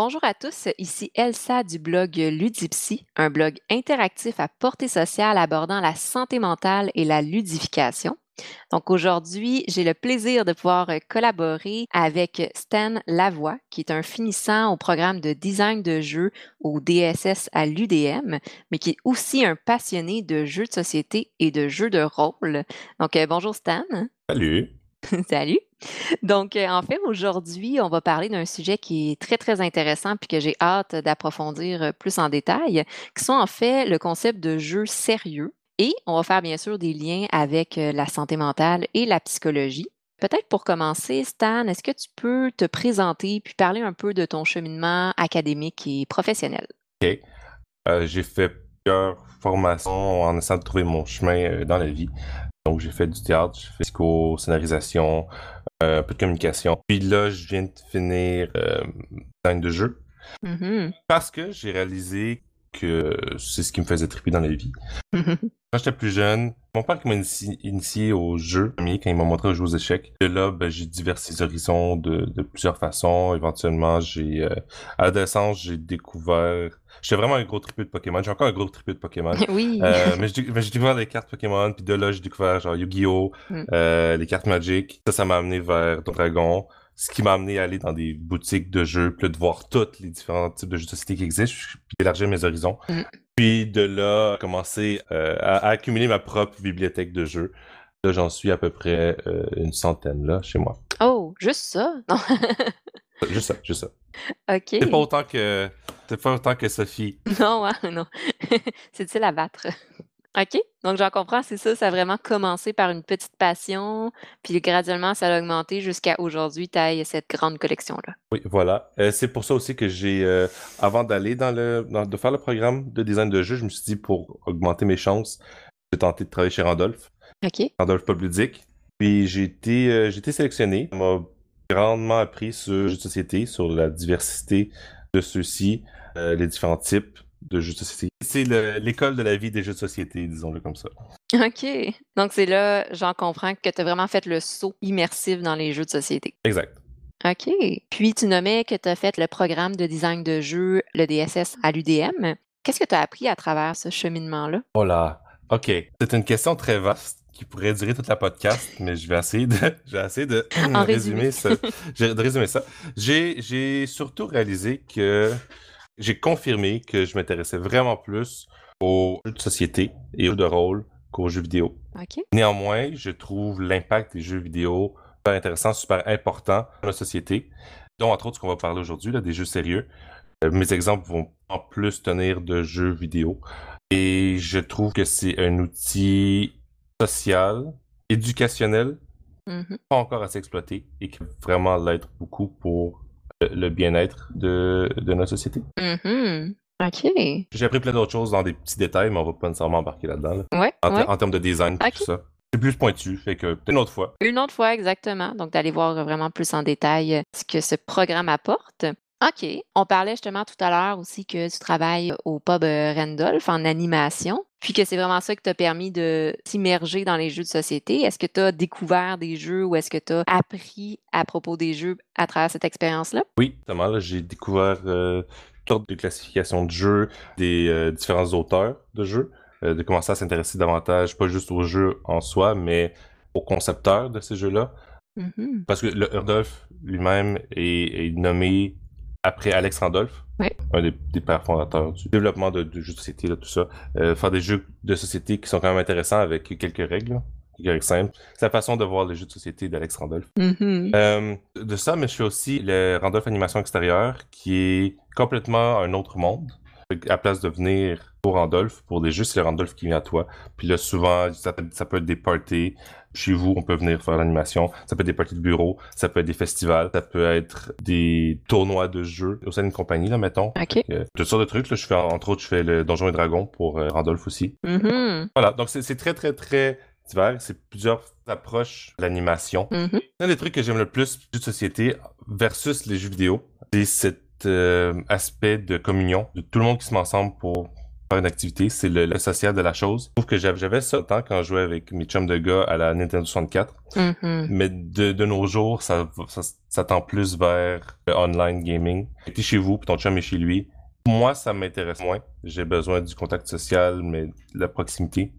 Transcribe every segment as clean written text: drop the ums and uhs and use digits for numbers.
Bonjour à tous, ici Elsa du blog Ludipsy, un blog interactif à portée sociale abordant la santé mentale et la ludification. Donc aujourd'hui, j'ai le plaisir de pouvoir collaborer avec Stan Lavoie, qui est un finissant au programme de design de jeux au DSS à l'UDM, mais qui est aussi un passionné de jeux de société et de jeux de rôle. Donc bonjour Stan. Salut. Salut. Donc, en fait, aujourd'hui, on va parler d'un sujet qui est très, très intéressant puis que j'ai hâte d'approfondir plus en détail, qui sont en fait le concept de jeu sérieux. Et on va faire bien sûr des liens avec la santé mentale et la psychologie. Peut-être pour commencer, Stan, est-ce que tu peux te présenter puis parler un peu de ton cheminement académique et professionnel? OK. J'ai fait plusieurs formations en essayant de trouver mon chemin dans la vie. Donc, j'ai fait du théâtre, j'ai fait psycho-scénarisation, un peu de communication. Puis là, je viens de finir design de jeu Mhm. parce que j'ai réalisé que c'est ce qui me faisait triper dans la vie. Quand j'étais plus jeune, mon père qui m'a initié au jeu, quand il m'a montré à jouer aux échecs. De là, j'ai diversifié les horizons de plusieurs façons. Éventuellement, à l'adolescence, j'ai découvert... J'étais vraiment un gros trippeux de Pokémon. J'ai encore un gros trippeux de Pokémon. Oui. Mais j'ai découvert les cartes Pokémon, puis de là, j'ai découvert genre Yu-Gi-Oh!, Mm. les cartes Magic. Ça m'a amené vers Dragon. Ce qui m'a amené à aller dans des boutiques de jeux, puis là, de voir tous les différents types de jeux de société qui existent, puis d'élargir mes horizons. Mm. Puis de là, commencer à accumuler ma propre bibliothèque de jeux. Là, j'en suis à peu près une centaine là chez moi. Oh, juste ça? Non. Juste ça, juste ça. C'est pas OK. autant que c'est pas autant que Sophie. Non, hein, non. C'est difficile à battre. OK, donc j'en comprends, c'est ça, ça a vraiment commencé par une petite passion, puis graduellement ça a augmenté jusqu'à aujourd'hui, tu ailles cette grande collection-là. Oui, voilà. C'est pour ça aussi que avant d'aller de faire le programme de design de jeu, je me suis dit pour augmenter mes chances, j'ai tenté de travailler chez Randolph, OK. Randolph Pub Ludique. Puis j'ai été sélectionné. Ça m'a grandement appris sur les jeux de société, sur la diversité de ceux-ci, les différents types de jeux de société. C'est l'école de la vie des jeux de société, disons-le comme ça. OK. Donc c'est là, j'en comprends que tu as vraiment fait le saut immersif dans les jeux de société. Exact. OK. Puis tu nommais que tu as fait le programme de design de jeu, le DSS à l'UDM. Qu'est-ce que tu as appris à travers ce cheminement-là? Oh là. OK. C'est une question très vaste qui pourrait durer toute la podcast, mais je vais essayer de En résumé. résumer ça. J'ai surtout réalisé que j'ai confirmé que je m'intéressais vraiment plus aux jeux de société et aux jeux de rôle qu'aux jeux vidéo. OK. Néanmoins, je trouve l'impact des jeux vidéo super intéressant, super important dans la société, dont entre autres ce qu'on va parler aujourd'hui, là, des jeux sérieux. Mes exemples vont en plus tenir de jeux vidéo. Et je trouve que c'est un outil social, éducationnel, Mhm. pas encore assez exploité et qui va vraiment l'être beaucoup pour le bien-être de notre société. Mhm. OK. J'ai appris plein d'autres choses dans des petits détails, mais on va pas nécessairement embarquer là-dedans, là. Ouais, ouais. En termes de design et tout OK. ça. C'est plus pointu, fait que peut-être une autre fois. Une autre fois, exactement. Donc, d'aller voir vraiment plus en détail ce que ce programme apporte. OK. On parlait justement tout à l'heure aussi que tu travailles au pub Randolph en animation, puis que c'est vraiment ça qui t'a permis de t'immerger dans les jeux de société. Est-ce que tu as découvert des jeux ou est-ce que tu as appris à propos des jeux à travers cette expérience-là? Oui, notamment, là, j'ai découvert toutes sortes de classifications de jeux, des différents auteurs de jeux, de commencer à s'intéresser davantage, pas juste aux jeux en soi, mais aux concepteurs de ces jeux-là. Mhm. Parce que le Randolph lui-même est nommé après Alex Randolph, Oui. un des pères fondateurs du développement de jeux de société, là, tout ça. Faire des jeux de société qui sont quand même intéressants avec quelques règles, là, quelques règles simples. C'est la façon de voir les jeux de société d'Alex Randolph. Mhm. De ça, mais je fais aussi le Randolph Animation Extérieure, qui est complètement un autre monde. Fait que, à place de venir au Randolph pour des jeux, c'est le Randolph qui vient à toi. Puis là, souvent, ça peut être des parties. Chez vous, on peut venir faire l'animation. Ça peut être des parties de bureau. Ça peut être des festivals. Ça peut être des tournois de jeux au sein d'une compagnie, là, mettons. OK. Toutes sortes de trucs. Là, entre autres, je fais le Donjons et Dragons pour Randolph aussi. Mhm. Voilà, donc c'est très, très, très divers. C'est plusieurs approches de l'animation. Mhm. Un des trucs que j'aime le plus du jeu de société versus les jeux vidéo, c'est cet aspect de communion, de tout le monde qui se met ensemble pour faire une activité, c'est le social de la chose. Je trouve que j'avais ça autant quand je jouais avec mes chums de gars à la Nintendo 64, mais de nos jours, ça tend plus vers le online gaming. T'es chez vous, puis ton chum est chez lui. Moi, ça m'intéresse moins. J'ai besoin du contact social, mais la proximité.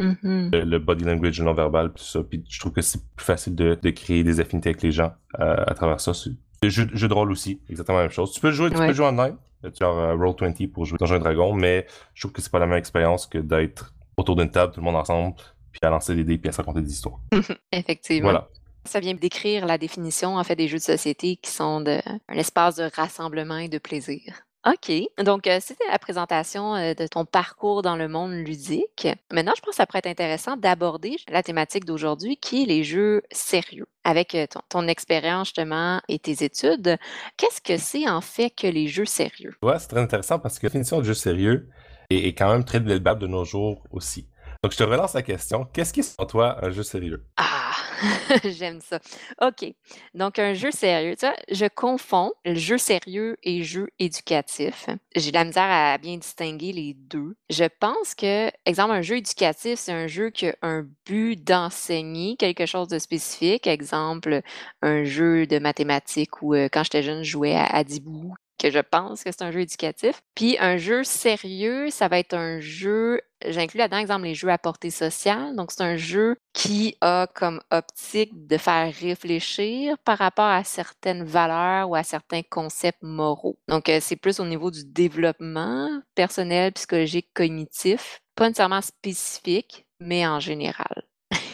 Le body language non-verbal, puis tout ça. Puis je trouve que c'est plus facile de créer des affinités avec les gens à travers ça. Le jeu de rôle aussi, exactement la même chose. Tu peux jouer online, genre Roll20 pour jouer Donjons et Dragons, mais je trouve que c'est pas la même expérience que d'être autour d'une table, tout le monde ensemble, puis à lancer des dés, puis à se raconter des histoires. Effectivement. Voilà. Ça vient décrire la définition, en fait, des jeux de société qui sont un espace de rassemblement et de plaisir. OK. Donc, c'était la présentation de ton parcours dans le monde ludique. Maintenant, je pense que ça pourrait être intéressant d'aborder la thématique d'aujourd'hui qui est les jeux sérieux. Avec ton expérience justement et tes études, qu'est-ce que c'est en fait que les jeux sérieux? Ouais, c'est très intéressant parce que la définition de jeu sérieux est quand même très délicat de nos jours aussi. Donc, je te relance la question. Qu'est-ce qui est, pour toi, un jeu sérieux? Ah! J'aime ça. OK. Donc, un jeu sérieux, tu vois, je confonds le jeu sérieux et jeu éducatif. J'ai de la misère à bien distinguer les deux. Je pense que, exemple, un jeu éducatif, c'est un jeu qui a un but d'enseigner quelque chose de spécifique. Exemple, un jeu de mathématiques où, quand j'étais jeune, je jouais à Dibou, que je pense que c'est un jeu éducatif. Puis un jeu sérieux, ça va être un jeu, j'inclus là-dedans, exemple, les jeux à portée sociale. Donc, c'est un jeu qui a comme optique de faire réfléchir par rapport à certaines valeurs ou à certains concepts moraux. Donc, c'est plus au niveau du développement personnel, psychologique, cognitif, pas nécessairement spécifique, mais en général.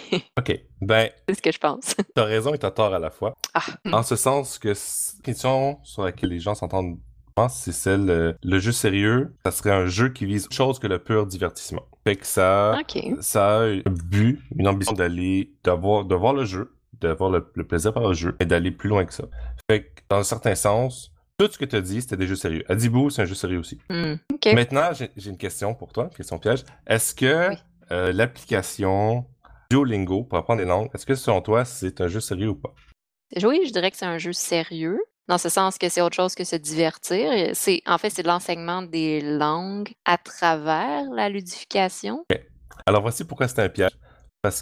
OK. Ben, C'est ce que je pense. t'as raison et t'as tort à la fois. Ah. En ce sens que la question sur laquelle les gens s'entendent, je pense, c'est celle, le jeu sérieux, ça serait un jeu qui vise autre chose que le pur divertissement. Fait que ça a un but, une ambition de voir le jeu, d'avoir le plaisir par le jeu, et d'aller plus loin que ça. Fait que, dans un certain sens, tout ce que tu as dit, c'était des jeux sérieux. Adibou, c'est un jeu sérieux aussi. OK. Maintenant, j'ai une question pour toi, une question piège. Est-ce que l'application Duolingo pour apprendre des langues, est-ce que selon toi, c'est un jeu sérieux ou pas? Oui, je dirais que c'est un jeu sérieux, dans ce sens que c'est autre chose que se divertir. En fait, c'est de l'enseignement des langues à travers la ludification. OK. Alors voici pourquoi c'est un piège. Parce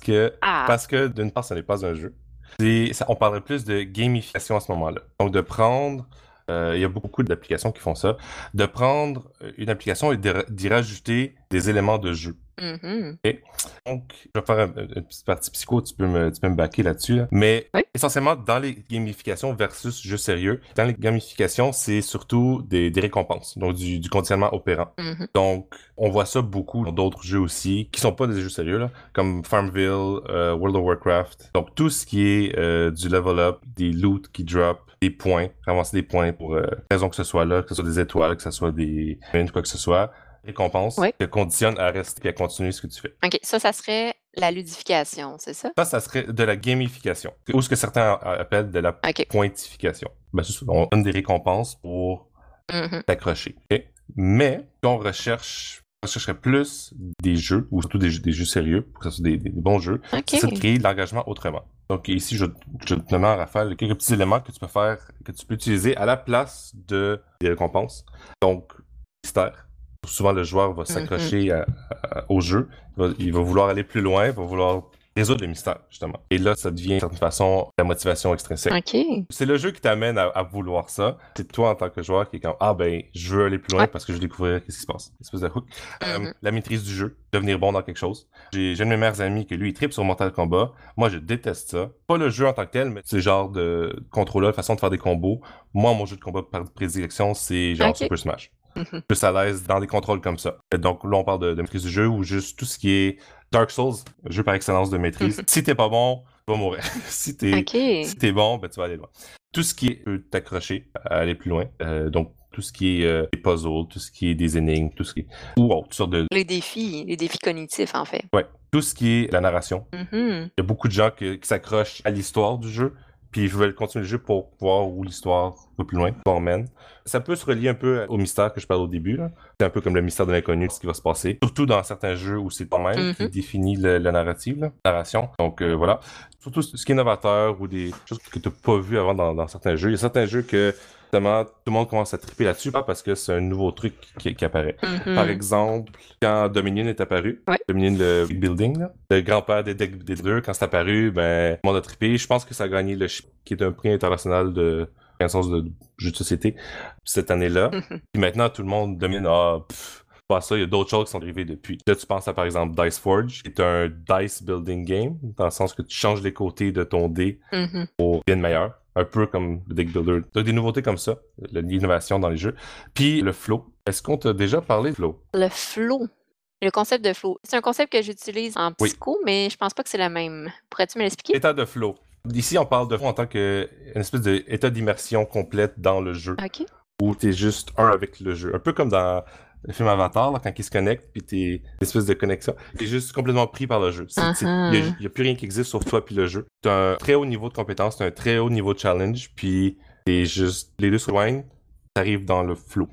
que d'une part, ce n'est pas un jeu. On parlerait plus de gamification à ce moment-là. Donc de prendre, il y a beaucoup d'applications qui font ça, de prendre une application et d'y rajouter des éléments de jeu. Okay. Donc, je vais faire une petite partie psycho, tu peux me backer là-dessus. Là. Mais essentiellement, dans les gamifications versus jeux sérieux, dans les gamifications, c'est surtout des récompenses, donc du conditionnement opérant. Donc, on voit ça beaucoup dans d'autres jeux aussi, qui sont pas des jeux sérieux, là, comme Farmville, World of Warcraft. Donc, tout ce qui est du level up, des loot qui drop, des points, ramasser des points pour raison que ce soit là, que ce soit des étoiles, que ce soit des quoi que ce soit. Récompense te conditionne à rester et à continuer ce que tu fais. OK, ça serait la ludification, c'est ça? Ça serait de la gamification, ou ce que certains appellent de la pointification. Ben, c'est ça, on donne des récompenses pour t'accrocher. Okay? Mais, si on rechercherait plus des jeux, ou surtout des jeux sérieux, pour que ce soit des bons jeux, c'est de créer de l'engagement autrement. Donc ici, je te demande à Raphaël quelques petits éléments que tu peux faire, que tu peux utiliser à la place des récompenses. Donc, mystère. Souvent, le joueur va s'accrocher au jeu. Il va vouloir aller plus loin, il va vouloir résoudre le mystère, justement. Et là, ça devient, d'une certaine façon, la motivation extrinsèque. C'est le jeu qui t'amène à vouloir ça. C'est toi, en tant que joueur, qui est comme « Ah, ben, je veux aller plus loin parce que je veux découvrir ce qui se passe. » Espèce de hook. La maîtrise du jeu, devenir bon dans quelque chose. J'ai un de mes meilleurs amis que lui, il tripe sur Mortal Kombat. Moi, je déteste ça. Pas le jeu en tant que tel, mais c'est le genre de contrôleur, façon de faire des combos. Moi, mon jeu de combat par prédilection, c'est genre Super Smash. Plus à l'aise dans des contrôles comme ça. Donc là, on parle de maîtrise du jeu ou juste tout ce qui est Dark Souls, jeu par excellence de maîtrise. Si t'es pas bon, tu vas mourir. Si t'es bon, ben tu vas aller loin. Tout ce qui peut t'accrocher à aller plus loin. Donc tout ce qui est des puzzles, tout ce qui est des énigmes, tout ce qui est... ou toutes sortes de... Les défis cognitifs, en fait. Ouais. Tout ce qui est la narration. Il y a beaucoup de gens qui s'accrochent à l'histoire du jeu, puis ils veulent continuer le jeu pour voir où l'histoire va plus loin, où on mène. Ça peut se relier un peu au mystère que je parle au début. C'est un peu comme le mystère de l'inconnu, ce qui va se passer. Surtout dans certains jeux où c'est toi-même qui définit la narrative, la narration. Donc voilà. Surtout ce qui est novateur ou des choses que tu n'as pas vues avant dans certains jeux. Il y a certains jeux que Justement, tout le monde commence à triper là-dessus, pas parce que c'est un nouveau truc qui apparaît. Par Mhm. exemple, quand Dominion est apparu, Ouais. Dominion le building, là, le grand-père des deux, quand c'est apparu, ben, tout le monde a trippé. Je pense que ça a gagné le CHIP, qui est un prix international de connaissance de jeux de société, cette année-là. Puis maintenant, tout le monde domine, pas ça, il y a d'autres choses qui sont arrivées depuis. Là, tu penses à, par exemple, Dice Forge, qui est un dice building game, dans le sens que tu changes les côtés de ton dé Mhm. pour bien meilleur. Un peu comme le Deck Builder. Donc, des nouveautés comme ça, l'innovation dans les jeux. Puis le flow. Est-ce qu'on t'a déjà parlé de flow? Le flow. Le concept de flow. C'est un concept que j'utilise en Oui. psycho, mais je pense pas que c'est le même. Pourrais-tu me l'expliquer? État de flow. Ici, on parle de flow en tant qu'une espèce d'état d'immersion complète dans le jeu, OK. où t'es juste un avec le jeu. Un peu comme dans le film Avatar, là, quand il se connecte, puis t'es une espèce de connexion. T'es juste complètement pris par le jeu. Il y a plus rien qui existe sauf toi puis le jeu. T'as un très haut niveau de compétence, t'as un très haut niveau de challenge, puis t'es juste... Les deux se rejoignent, t'arrives dans le flow.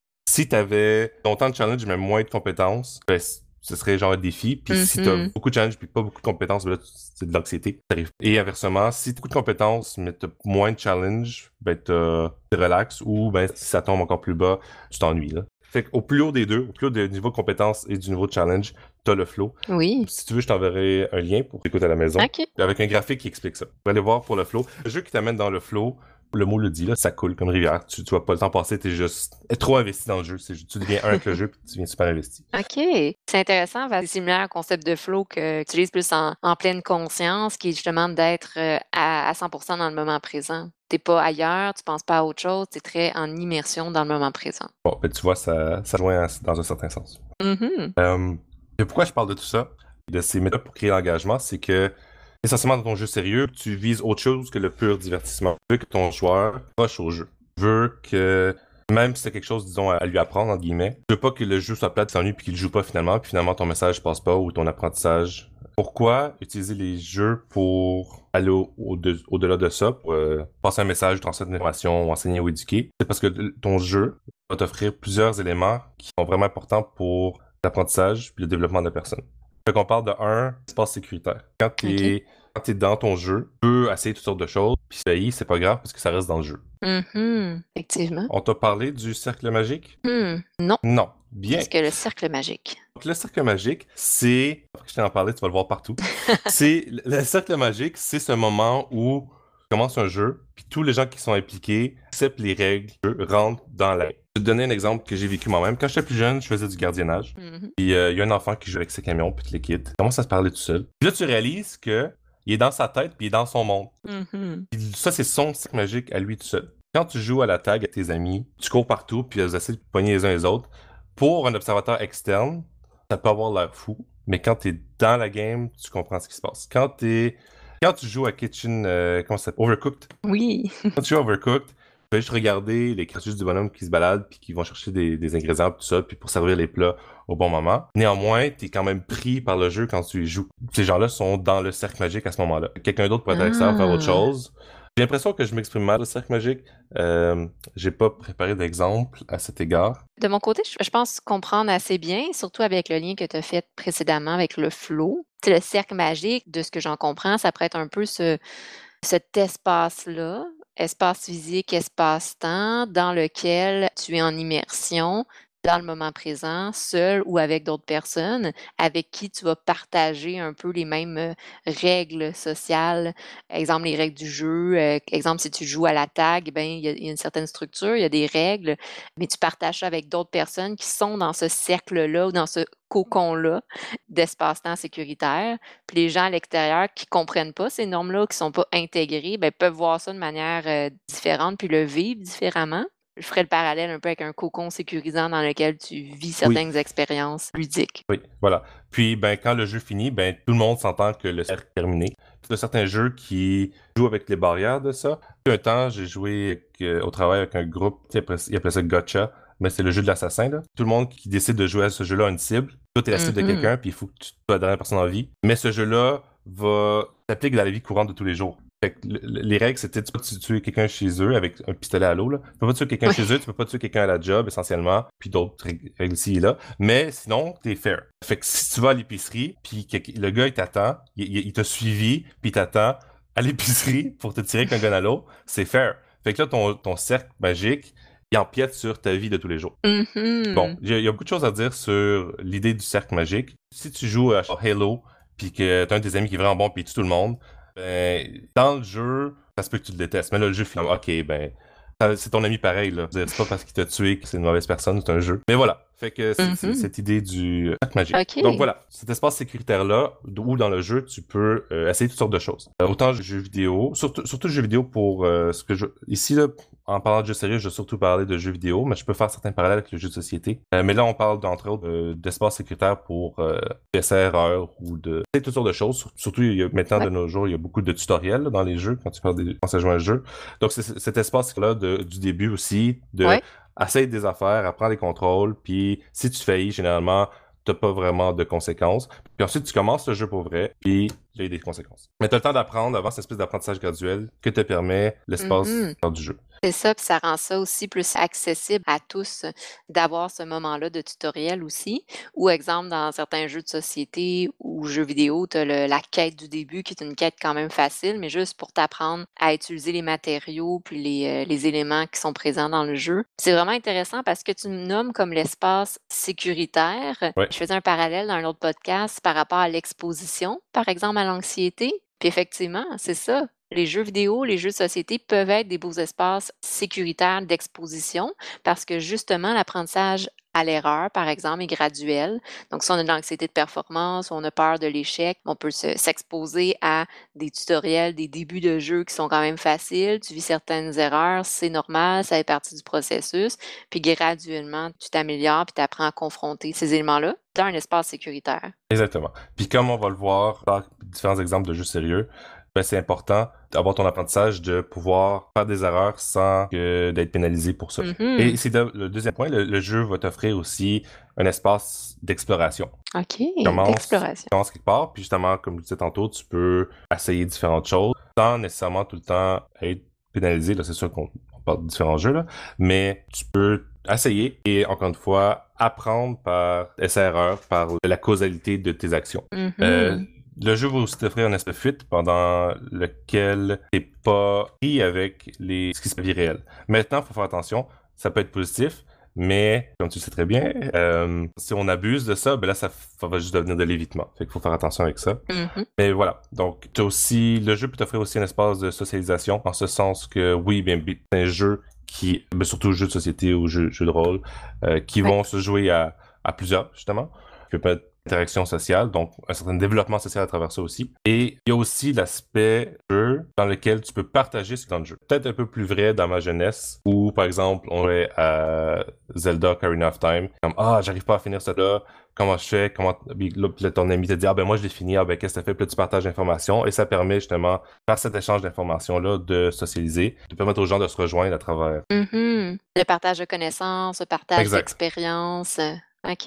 Si t'avais longtemps de challenge mais moins de compétences, ben, ce serait genre un défi. Puis si t'as Mhm. beaucoup de challenge puis pas beaucoup de compétences, ben là, c'est de l'anxiété. T'arrives. Et inversement, si t'as beaucoup de compétences mais t'as moins de challenge, ben t'es relax. Ou ben si ça tombe encore plus bas, tu t'ennuies là. Fait qu'au plus haut des deux, au plus haut du niveau de compétences et du niveau de challenge, t'as le flow. Oui. Si tu veux, je t'enverrai un lien pour écouter à la maison. OK. Avec un graphique qui explique ça. Tu vas aller voir pour le flow. Le jeu qui t'amène dans le flow, le mot le dit, là, ça coule comme rivière. Tu vois pas le temps passer, t'es juste trop investi dans le jeu. Tu deviens un avec le jeu, puis tu deviens super investi. OK. C'est intéressant parce que c'est similaire au concept de flow que tu utilises plus en pleine conscience, qui est justement d'être à 100% dans le moment présent. T'es pas ailleurs, tu penses pas à autre chose, t'es très en immersion dans le moment présent. Bon, ben, tu vois, ça joint dans un certain sens. Mhm. Et pourquoi je parle de tout ça, de ces méthodes pour créer l'engagement, c'est que essentiellement dans ton jeu sérieux, tu vises autre chose que le pur divertissement. Tu veux que ton joueur proche au jeu. Tu veux que même si c'est quelque chose, disons, à lui apprendre, entre guillemets, tu veux pas que le jeu soit plate, s'ennuie, puis qu'il joue pas finalement, puis finalement ton message passe pas, ou ton apprentissage. Pourquoi utiliser les jeux pour aller au-delà de ça, pour passer un message, transmettre une information, ou enseigner ou éduquer? C'est parce que ton jeu va t'offrir plusieurs éléments qui sont vraiment importants pour l'apprentissage puis le développement de la personne. Fait qu'on parle de un espace sécuritaire. Quand t'es dans ton jeu, tu peux essayer toutes sortes de choses, puis c'est pas grave parce que ça reste dans le jeu. Mhm. Effectivement. On t'a parlé du cercle magique? Non. Non. Bien. Qu'est-ce que le cercle magique? Donc, le cercle magique, c'est... Après que je t'en ai parlé, tu vas le voir partout. Le cercle magique, c'est ce moment où tu commences un jeu, puis tous les gens qui sont impliqués acceptent les règles, rentrent dans la... Je vais te donner un exemple que j'ai vécu moi-même. Quand j'étais plus jeune, je faisais du gardiennage. Mhm. Puis il y a un enfant qui joue avec ses camions, puis tout les kits. Il commence à se parler tout seul. Puis là, tu réalises que il est dans sa tête, puis il est dans son monde. Mhm. Puis ça, c'est son cercle magique à lui tout seul. Quand tu joues à la tag avec tes amis, tu cours partout, puis vous essayez de pogner les uns les autres. Pour un observateur externe, ça peut avoir l'air fou, mais quand t'es dans la game, tu comprends ce qui se passe. Quand tu joues à Kitchen, comment ça s'appelle? Overcooked. Oui. Quand tu joues à Overcooked, tu peux juste regarder les cartouches du bonhomme qui se baladent puis qui vont chercher des ingrédients tout ça, puis pour servir les plats au bon moment. Néanmoins, t'es quand même pris par le jeu quand tu y joues. Ces gens-là sont dans le cercle magique à ce moment-là. Quelqu'un d'autre pourrait être à l'extérieur faire autre chose. J'ai l'impression que je m'exprime mal au cercle magique. J'ai pas préparé d'exemple à cet égard. De mon côté, je pense comprendre assez bien, surtout avec le lien que tu as fait précédemment avec le flow. C'est le cercle magique, de ce que j'en comprends, ça pourrait être un peu cet espace-là, espace physique, espace-temps, dans lequel tu es en immersion, dans le moment présent, seul ou avec d'autres personnes, avec qui tu vas partager un peu les mêmes règles sociales. Exemple, les règles du jeu. Exemple, si tu joues à la tag, ben, il y a une certaine structure, il y a des règles, mais tu partages ça avec d'autres personnes qui sont dans ce cercle-là ou dans ce cocon-là d'espace-temps sécuritaire. Puis les gens à l'extérieur qui comprennent pas ces normes-là, qui sont pas intégrées, ben, peuvent voir ça de manière différente puis le vivre différemment. Je ferais le parallèle un peu avec un cocon sécurisant dans lequel tu vis Oui, certaines expériences ludiques. oui, voilà. Puis, ben, quand le jeu finit, ben, tout le monde s'entend que le cercle est terminé. Il y a certains jeux qui jouent avec les barrières de ça. Puis, un temps, j'ai joué au travail avec un groupe, ils appelaient ça Gotcha, mais c'est le jeu de l'assassin, là. Tout le monde qui décide de jouer à ce jeu-là a une cible. Toi, t'es la cible de quelqu'un, puis il faut que tu sois la dernière personne en vie. Mais ce jeu-là va s'appliquer dans la vie courante de tous les jours. Fait que les règles, c'était tu peux pas tuer quelqu'un chez eux avec un pistolet à l'eau, là. Tu peux pas tuer quelqu'un chez eux, tu peux pas tuer quelqu'un à la job, essentiellement, puis d'autres règles ici et là. Mais sinon, t'es fair. Fait que si tu vas à l'épicerie, puis le gars, il t'attend, il t'a suivi, puis il t'attend à l'épicerie pour te tirer avec un gun à l'eau, c'est fair. Fait que là, ton cercle magique, il empiète sur ta vie de tous les jours. Bon, il y a beaucoup de choses à dire sur l'idée du cercle magique. Si tu joues à Halo, puis que t'as un de tes amis qui est vraiment bon, puis il tue tout le monde, ben, dans le jeu, ça se peut que tu le détestes. Mais là, le jeu, finalement, ok, ben, c'est ton ami pareil, là. C'est pas parce qu'il t'a tué que c'est une mauvaise personne, c'est un jeu. Mais voilà. Fait que c'est cette idée du cercle magique. OK. Donc voilà, cet espace sécuritaire-là, où dans le jeu, tu peux essayer toutes sortes de choses. Autant jeux vidéo, surtout jeux vidéo pour ce que je... Ici, là, en parlant de jeux sérieux, je vais surtout parler de jeux vidéo, mais je peux faire certains parallèles avec le jeu de société. Mais là, on parle d'entre autres d'espace sécuritaire pour essais, erreurs ou de... C'est toutes sortes de choses. Surtout, maintenant, de nos jours, il y a beaucoup de tutoriels là, dans les jeux quand tu penses à jouer à un jeu. Donc, c'est cet espace-là du début aussi, de... Essaye des affaires, apprends les contrôles, puis si tu faillis, généralement, t'as pas vraiment de conséquences. Puis ensuite, tu commences le jeu pour vrai, puis il y a des conséquences. Mais t'as le temps d'apprendre avant cette espèce d'apprentissage graduel que te permet l'espace du jeu. C'est ça, puis ça rend ça aussi plus accessible à tous d'avoir ce moment-là de tutoriel aussi. Ou exemple, dans certains jeux de société ou jeux vidéo, tu as la quête du début qui est une quête quand même facile, mais juste pour t'apprendre à utiliser les matériaux puis les éléments qui sont présents dans le jeu. C'est vraiment intéressant parce que tu me nommes comme l'espace sécuritaire. Ouais. Je faisais un parallèle dans un autre podcast par rapport à l'exposition, par exemple à l'anxiété. Puis effectivement, c'est ça. Les jeux vidéo, les jeux de société peuvent être des beaux espaces sécuritaires d'exposition parce que justement, l'apprentissage à l'erreur, par exemple, est graduel. Donc, si on a de l'anxiété de performance ou on a peur de l'échec, on peut s'exposer à des tutoriels, des débuts de jeu qui sont quand même faciles. Tu vis certaines erreurs, c'est normal, ça fait partie du processus. Puis graduellement, tu t'améliores puis tu apprends à confronter ces éléments-là dans un espace sécuritaire. Exactement. Puis comme on va le voir dans différents exemples de jeux sérieux, ben c'est important d'avoir ton apprentissage de pouvoir faire des erreurs sans d'être pénalisé pour ça. Et c'est le deuxième point, le jeu va t'offrir aussi un espace d'exploration. OK, d'exploration. Tu commences quelque part, puis justement, comme je disais tantôt, tu peux essayer différentes choses sans nécessairement tout le temps être pénalisé. Là, c'est sûr qu'on parle de différents jeux, là, mais tu peux essayer et, encore une fois, apprendre par essai-erreur, par la causalité de tes actions. Le jeu va aussi t'offrir un aspect fuite pendant lequel t'es pas pris avec ce qui se vie réel. Maintenant, faut faire attention, ça peut être positif, mais comme tu le sais très bien, si on abuse de ça, ben là, ça va juste devenir de l'évitement. Fait qu'il faut faire attention avec ça. Mais voilà. Donc, le jeu peut t'offrir aussi un espace de socialisation, en ce sens que, oui, bien, c'est un jeu surtout jeux de société ou jeux de rôle, qui vont se jouer à plusieurs, justement. Qui peut être interaction sociale, donc un certain développement social à travers ça aussi. Et il y a aussi l'aspect jeu dans lequel tu peux partager ce qui est dans le jeu. Peut-être un peu plus vrai dans ma jeunesse, où par exemple, on est à Zelda Ocarina of Time, comme « Ah, j'arrive pas à finir ça là, comment je fais? » Puis là, ton ami te dit « Ah ben moi je l'ai fini, ah ben qu'est-ce que ça fait? » Puis là, tu partages l'information, et ça permet justement, par cet échange d'informations-là, de socialiser, de permettre aux gens de se rejoindre à travers. Le partage de connaissances, le partage d'expériences. OK.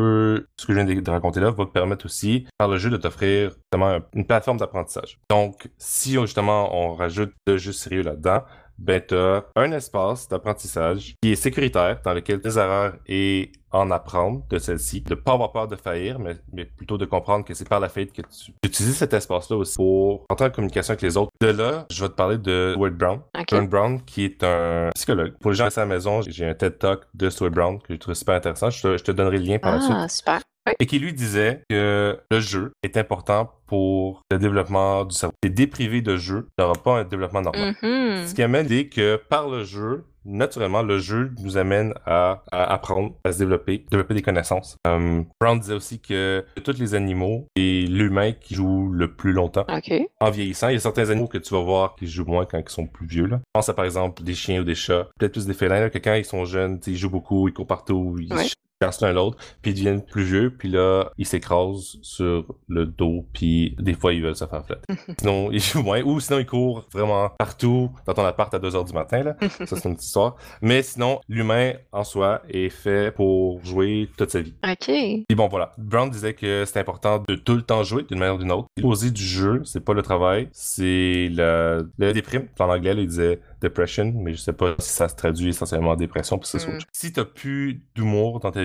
Ce que je viens de raconter là va te permettre aussi, par le jeu, de t'offrir justement une plateforme d'apprentissage. Donc, si justement on rajoute le jeu sérieux là-dedans, ben t'as un espace d'apprentissage qui est sécuritaire, dans lequel tes erreurs et en apprendre de celle-ci, de pas avoir peur de faillir, mais plutôt de comprendre que c'est par la faillite que tu utilises cet espace-là aussi pour entrer en communication avec les autres. De là, je vais te parler de Stuart Brown. Stuart Brown, qui est un psychologue. Pour les gens à la maison, j'ai un TED Talk de Stuart Brown que je trouve super intéressant. Je te donnerai le lien par la suite. Ah, super. Et qui lui disait que le jeu est important pour le développement du cerveau. Si t'es déprivé de jeu, t'auras pas un développement normal. Ce qui amène l'idée que par le jeu, naturellement, le jeu nous amène à apprendre, à se développer des connaissances. Brown disait aussi que tous les animaux et l'humain qui joue le plus longtemps en vieillissant. Il y a certains animaux que tu vas voir qui jouent moins quand ils sont plus vieux. Là. Je pense à par exemple des chiens ou des chats, peut-être plus des félins, là, que quand ils sont jeunes, ils jouent beaucoup, ils courent partout, ils l'un l'autre, puis ils deviennent plus vieux, puis là, ils s'écrasent sur le dos, puis des fois, ils veulent se faire flatter. Sinon, ils jouent moins, ou sinon, ils courent vraiment partout dans ton appart à 2h du matin, là. Ça, c'est une petite histoire. Mais sinon, l'humain, en soi, est fait pour jouer toute sa vie. OK. Et bon, voilà. Brown disait que c'est important de tout le temps jouer d'une manière ou d'une autre. Poser du jeu, c'est pas le travail, c'est la déprime. En anglais, là, il disait depression, mais je sais pas si ça se traduit essentiellement en dépression, puis c'est ça. Si t'as plus d'humour dans ta vie,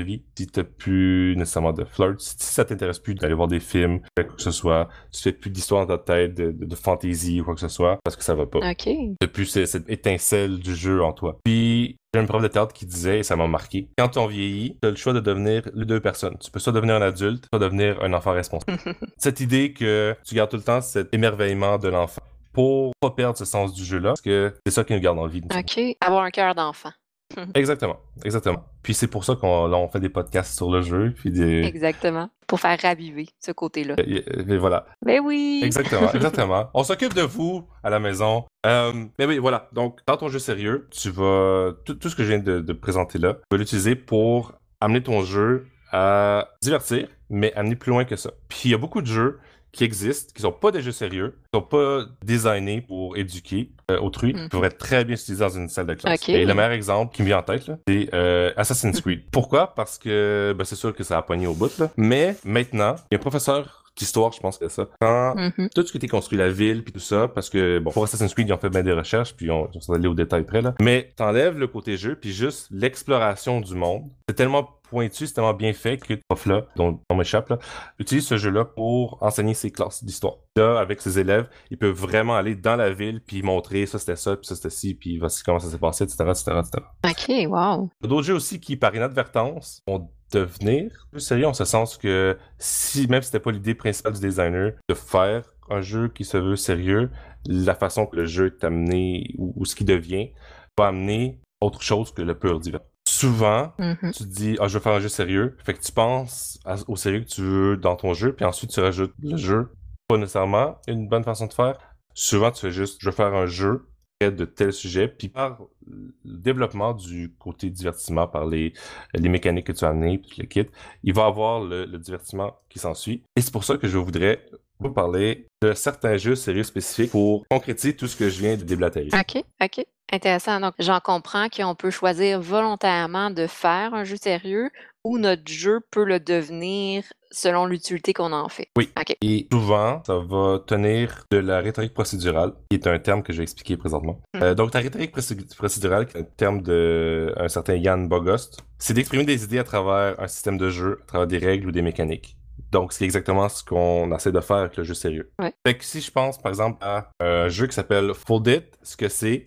vie, si t'as plus nécessairement de flirt, si ça t'intéresse plus d'aller voir des films, quoi que ce soit, si tu fais plus d'histoire dans ta tête, de fantaisie ou quoi que ce soit, parce que ça va pas. OK. T'as plus cette étincelle du jeu en toi. Puis, j'ai une prof de théâtre qui disait, et ça m'a marqué, quand on vieillit, t'as le choix de devenir les deux personnes. Tu peux soit devenir un adulte, soit devenir un enfant responsable. Cette idée que tu gardes tout le temps cet émerveillement de l'enfant pour pas perdre ce sens du jeu-là, parce que c'est ça qui nous garde en vie. OK. Avoir un cœur d'enfant. Exactement, exactement. Puis c'est pour ça qu'on fait des podcasts sur le jeu, puis des... Exactement. Pour faire raviver ce côté-là. Et voilà. Ben oui! Exactement, exactement. On s'occupe de vous à la maison. Mais oui, voilà. Donc, dans ton jeu sérieux, tu vas... Tout ce que je viens de présenter là, tu vas l'utiliser pour amener ton jeu à divertir, mais amener plus loin que ça. Puis il y a beaucoup de jeux qui existent, qui sont pas des jeux sérieux, qui sont pas designés pour éduquer autrui, qui pourraient très bien s'utiliser dans une salle de classe. OK. Et le meilleur exemple qui me vient en tête, là, c'est Assassin's Creed. Pourquoi? Parce que c'est sûr que ça a pogné au bout, là. Mais maintenant, il y a un professeur d'histoire, je pense que c'est ça. Quand tout ce qui était construit, la ville, puis tout ça, parce que, bon, pour Assassin's Creed, ils ont fait bien des recherches, puis on s'est allé au détail près, là. Mais t'enlèves le côté jeu, puis juste l'exploration du monde. C'est tellement pointu, c'est tellement bien fait que le prof-là, dont on m'échappe, là, utilise ce jeu-là pour enseigner ses classes d'histoire. Là, avec ses élèves, il peut vraiment aller dans la ville, puis montrer ça c'était ça, puis ça c'était ci, puis voici comment ça s'est passé, etc., etc., etc. OK, wow. Il y a d'autres jeux aussi qui, par inadvertance, vont devenir plus sérieux en ce sens que même si c'était pas l'idée principale du designer de faire un jeu qui se veut sérieux, la façon que le jeu est amené ou ce qui devient va amener autre chose que le pur divertissement. Souvent, tu te dis, je veux faire un jeu sérieux. Fait que tu penses au sérieux que tu veux dans ton jeu, puis ensuite tu rajoutes le jeu. Pas nécessairement une bonne façon de faire. Souvent, tu fais juste, je veux faire un jeu de tel sujet, puis par le développement du côté divertissement, par les mécaniques que tu as amenées, puis le kit, il va avoir le divertissement qui s'ensuit. Et c'est pour ça que je voudrais vous parler de certains jeux sérieux spécifiques pour concrétiser tout ce que je viens de déblatérer. OK. Intéressant. Donc, j'en comprends qu'on peut choisir volontairement de faire un jeu sérieux ou notre jeu peut le devenir selon l'utilité qu'on en fait. Oui. OK. Et souvent, ça va tenir de la rhétorique procédurale, qui est un terme que je vais expliquer présentement. Donc, la rhétorique procédurale, qui est un terme d'un certain Jan Bogost, c'est d'exprimer des idées à travers un système de jeu, à travers des règles ou des mécaniques. Donc, c'est exactement ce qu'on essaie de faire avec le jeu sérieux. Ouais. Fait que si je pense, par exemple, à un jeu qui s'appelle Foldit, ce que c'est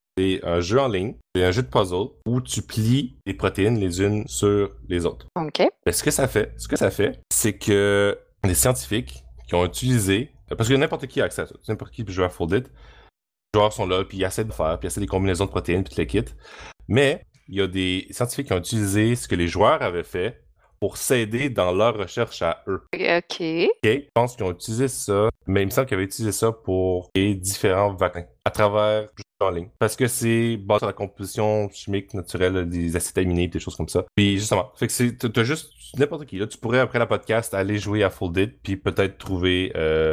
un jeu en ligne, c'est un jeu de puzzle où tu plies les protéines les unes sur les autres. OK. Ben, ce que ça fait, c'est que les scientifiques qui ont utilisé, parce que n'importe qui a accès à ça, n'importe qui peut jouer à Foldit, les joueurs sont là, puis ils essaient de faire, puis ils essaient des combinaisons de protéines, puis les kits. Mais il y a des scientifiques qui ont utilisé ce que les joueurs avaient fait pour s'aider dans leur recherche à eux. OK. Je pense qu'ils ont utilisé ça, mais il me semble qu'ils avaient utilisé ça pour créer différents vaccins à travers le jeu en ligne. Parce que c'est basé sur la composition chimique naturelle des acides aminés et des choses comme ça. Puis justement, fait que t'as juste n'importe qui. Là, tu pourrais, après la podcast, aller jouer à Foldit puis peut-être trouver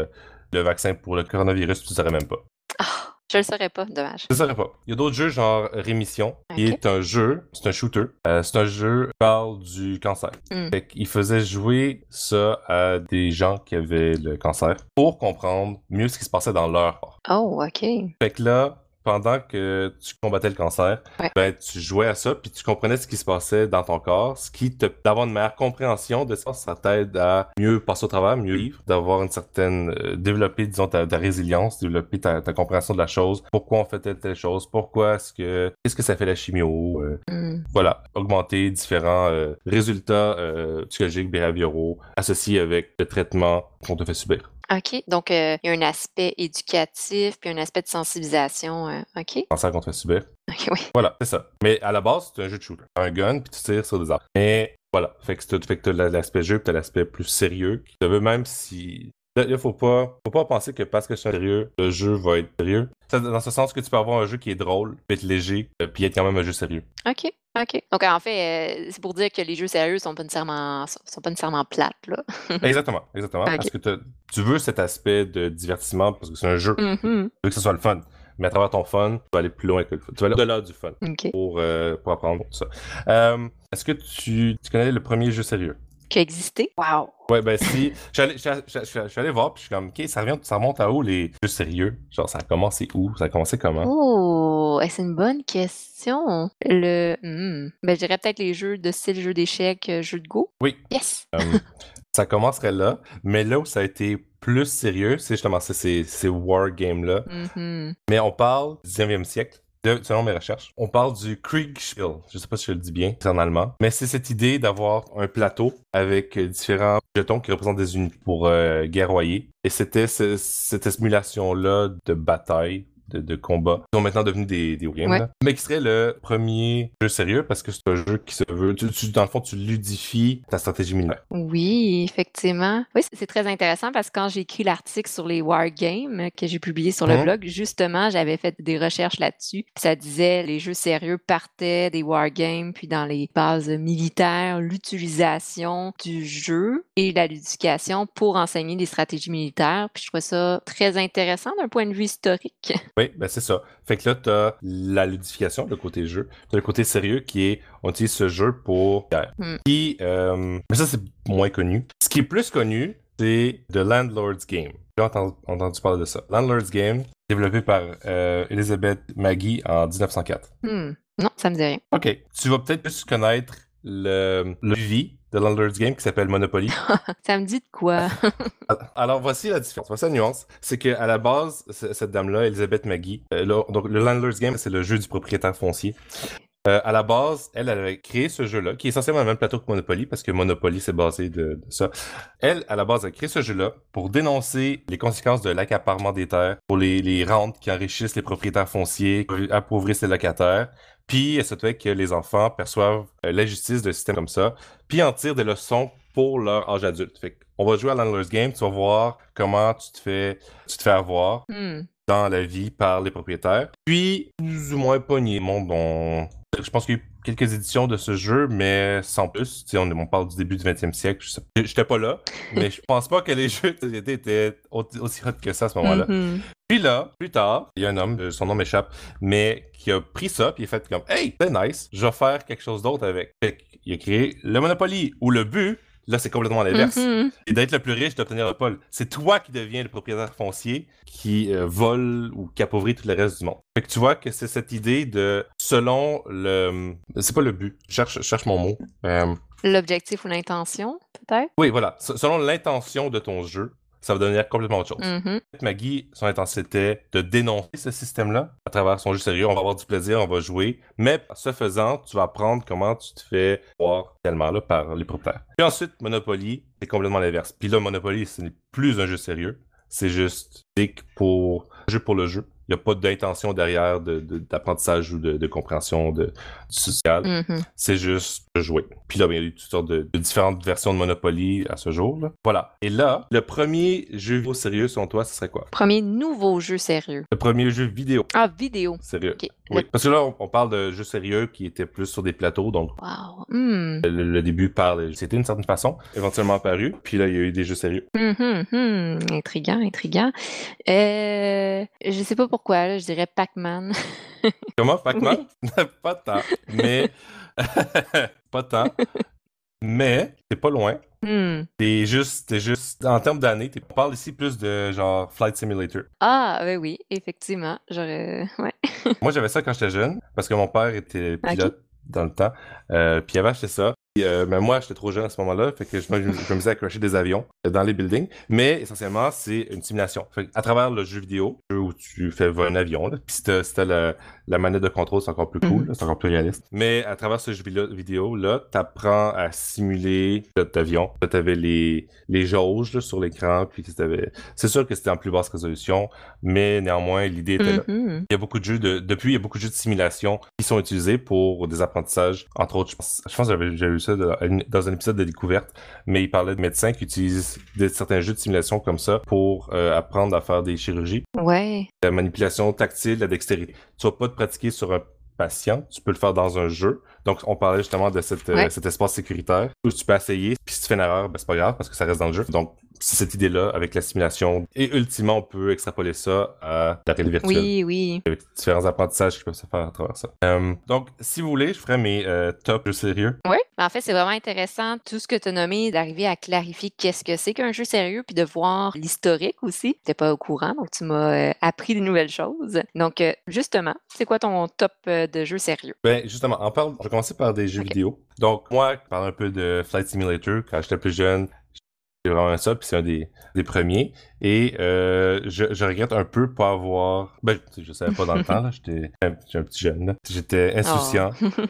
le vaccin pour le coronavirus, tu ne saurais même pas. Je le saurais pas, dommage. Je ne saurais pas. Il y a d'autres jeux genre Rémission, qui est un jeu, c'est un shooter. C'est un jeu qui parle du cancer. Fait qu'il faisait jouer ça à des gens qui avaient le cancer pour comprendre mieux ce qui se passait dans leur corps. Oh, OK. Fait que là, pendant que tu combattais le cancer, ben, tu jouais à ça, puis tu comprenais ce qui se passait dans ton corps, ce qui d'avoir une meilleure compréhension de ça t'aide à mieux passer au travers, mieux vivre, d'avoir une certaine, développer, disons, ta résilience, développer ta compréhension de la chose, pourquoi on fait telle chose, qu'est-ce que ça fait la chimio, voilà, augmenter différents résultats psychologiques, behavioraux, associés avec le traitement qu'on te fait subir. OK. Donc, il y a un aspect éducatif puis un aspect de sensibilisation. OK. Cancer qu'on te fait subir. OK, oui. Voilà, c'est ça. Mais à la base, c'est un jeu de shooter. T'as un gun, puis tu tires sur des armes. Mais voilà, fait que t'as l'aspect jeu, puis t'as l'aspect plus sérieux. Qui te veut même si... Là, faut pas penser que parce que c'est sérieux, le jeu va être sérieux. Dans ce sens que tu peux avoir un jeu qui est drôle, puis être léger, puis être quand même un jeu sérieux. OK. Donc, en fait, c'est pour dire que les jeux sérieux sont pas nécessairement plates, là. Exactement. OK. Parce que tu veux cet aspect de divertissement, parce que c'est un jeu. Tu veux que ce soit le fun. Mais à travers ton fun, tu vas aller plus loin que le fun. Tu vas aller au-delà du fun pour apprendre tout ça. Est-ce que tu connais le premier jeu sérieux? Qui a existé? Wow! Ouais, ben si. Je suis allé voir, puis je suis comme, OK, ça remonte à où les jeux sérieux? Genre, ça a commencé où? Ça a commencé comment? Oh! c'est une bonne question. Ben, je dirais peut-être les jeux de style jeu d'échecs, jeu de Go. Oui. Yes! Ça commencerait là, mais là où ça a été plus sérieux, c'est justement ces wargames-là. Mhm. Mais on parle du 19e siècle. Selon mes recherches, on parle du Kriegspiel. Je sais pas si je le dis bien, c'est en allemand. Mais c'est cette idée d'avoir un plateau avec différents jetons qui représentent des unités pour guerroyer. Et c'était cette simulation-là de bataille, de combat, qui sont maintenant devenus des wargames, Ouais. là. Mais qui serait le premier jeu sérieux parce que c'est un jeu qui se veut... dans le fond, tu ludifies ta stratégie militaire. Oui, effectivement. Oui, c'est très intéressant parce que quand j'ai écrit l'article sur les wargames que j'ai publié sur le blog, justement, j'avais fait des recherches là-dessus. Puis ça disait les jeux sérieux partaient des wargames, puis dans les bases militaires, l'utilisation du jeu et la ludification pour enseigner des stratégies militaires. Puis je trouvais ça très intéressant d'un point de vue historique. Oui, ben c'est ça. Fait que là, t'as la ludification, le côté jeu. T'as le côté sérieux qui est, on utilise ce jeu pour guerre. Puis, mais ça, c'est moins connu. Ce qui est plus connu, c'est The Landlord's Game. J'ai entendu parler de ça. Landlord's Game, développé par Elizabeth Maggie en 1904. Non, ça me dit rien. OK. Tu vas peut-être plus connaître le vie de Landlord's Game qui s'appelle Monopoly. Ça me dit de quoi? Alors, voici la différence. Voici la nuance. C'est qu'à la base, cette dame-là, Elizabeth Maggie, donc le Landlord's Game, c'est le jeu du propriétaire foncier. À la base, elle avait créé ce jeu-là, qui est essentiellement le même plateau que Monopoly, parce que Monopoly, c'est basé de ça. Elle, à la base, a créé ce jeu-là pour dénoncer les conséquences de l'accaparement des terres, pour les rentes qui enrichissent les propriétaires fonciers, qui appauvrissent les locataires. Puis, elle se fait que les enfants perçoivent l'injustice d'un système comme ça, puis en tirent des leçons pour leur âge adulte. Fait qu'on va jouer à Landlord's Game, tu vas voir comment tu te fais avoir dans la vie par les propriétaires. Puis, plus ou moins pogné. Je pense qu'il y a eu quelques éditions de ce jeu, mais sans plus. On parle du début du 20e siècle. J'étais pas là, mais je pense pas que les jeux de société étaient aussi hot que ça à ce moment-là. Puis là, plus tard, il y a un homme, son nom m'échappe, mais qui a pris ça puis il a fait comme « Hey, c'est nice, je vais faire quelque chose d'autre avec. » Fait qu'il a créé le Monopoly, où le but, là, c'est complètement l'inverse. Et d'être le plus riche, d'obtenir le pôle. C'est toi qui deviens le propriétaire foncier qui vole ou qui appauvrit tout le reste du monde. Fait que tu vois que c'est cette idée de, selon le... C'est pas le but, cherche mon mot. L'objectif ou l'intention, peut-être? Oui, voilà. Selon l'intention de ton jeu, ça va devenir complètement autre chose. Maggie, son intention, c'était de dénoncer ce système-là à travers son jeu sérieux. On va avoir du plaisir, on va jouer. Mais ce faisant, tu vas apprendre comment tu te fais voir tellement là par les propriétaires. Puis ensuite, Monopoly, c'est complètement l'inverse. Puis là, Monopoly, ce n'est plus un jeu sérieux. C'est juste pour jeu pour le jeu. Il n'y a pas d'intention derrière d'apprentissage ou de compréhension du social. C'est juste jouer. Puis là, il y a eu toutes sortes de différentes versions de Monopoly à ce jour. Là. Voilà. Et là, le premier jeu vidéo sérieux, selon toi, ce serait quoi? Premier nouveau jeu sérieux. Le premier jeu vidéo. Ah, vidéo. Sérieux. Okay. Oui. Parce que là, on parle de jeux sérieux qui étaient plus sur des plateaux, donc wow. Le début c'était d'une certaine façon, éventuellement apparu, puis là, il y a eu des jeux sérieux. Intriguant. Je sais pas pourquoi, là, je dirais Pac-Man. Comment? Pac-Man? Oui. Pas tant, mais... pas tant, mais c'est pas loin. T'es juste, en termes d'années, on parle ici plus de genre Flight Simulator. Ah, ben oui, effectivement, j'aurais... Ouais. Moi, j'avais ça quand j'étais jeune, parce que mon père était pilote dans le temps, puis il avait acheté ça. Mais moi, j'étais trop jeune à ce moment-là, fait que je me misais à crasher des avions dans les buildings. Mais essentiellement, c'est une simulation. Fait à travers le jeu vidéo, où tu fais voler un avion, là, puis si t'as la manette de contrôle, c'est encore plus cool, là, c'est encore plus réaliste. Mais à travers ce jeu vidéo-là, t'apprends à simuler pilote d'avion. Là, t'avais les jauges là, sur l'écran, puis c'est sûr que c'était en plus basse résolution, mais néanmoins, l'idée était là. Il y a beaucoup de jeux depuis, il y a beaucoup de jeux de simulation qui sont utilisés pour des apprentissages. Entre autres, je pense que j'avais vu ça dans un épisode de Découverte, mais il parlait de médecins qui utilisent certains jeux de simulation comme ça pour apprendre à faire des chirurgies. Ouais. La manipulation tactile, la dextérité. Tu vas pas te pratiquer sur un patient, tu peux le faire dans un jeu. Donc, on parlait justement de cet espace sécuritaire où tu peux essayer, puis si tu fais une erreur, ben, c'est pas grave parce que ça reste dans le jeu. Donc, c'est cette idée-là avec la simulation. Et ultimement, on peut extrapoler ça à la réalité virtuelle. Oui. Avec différents apprentissages qui peuvent se faire à travers ça. Donc, si vous voulez, je ferai mes top jeux sérieux. Oui, en fait, c'est vraiment intéressant tout ce que tu as nommé, d'arriver à clarifier qu'est-ce que c'est qu'un jeu sérieux, puis de voir l'historique aussi. Tu n'étais pas au courant, donc tu m'as appris des nouvelles choses. Donc, justement, c'est quoi ton top de jeux sérieux? Ben, justement, je vais commencer par des jeux vidéo. Donc, moi, je parle un peu de Flight Simulator. Quand j'étais plus jeune, j'ai vraiment ça, puis c'est un des premiers. Et je regrette un peu pas avoir... Ben, je savais pas dans le temps, là. J'étais un petit jeune, là. J'étais insouciant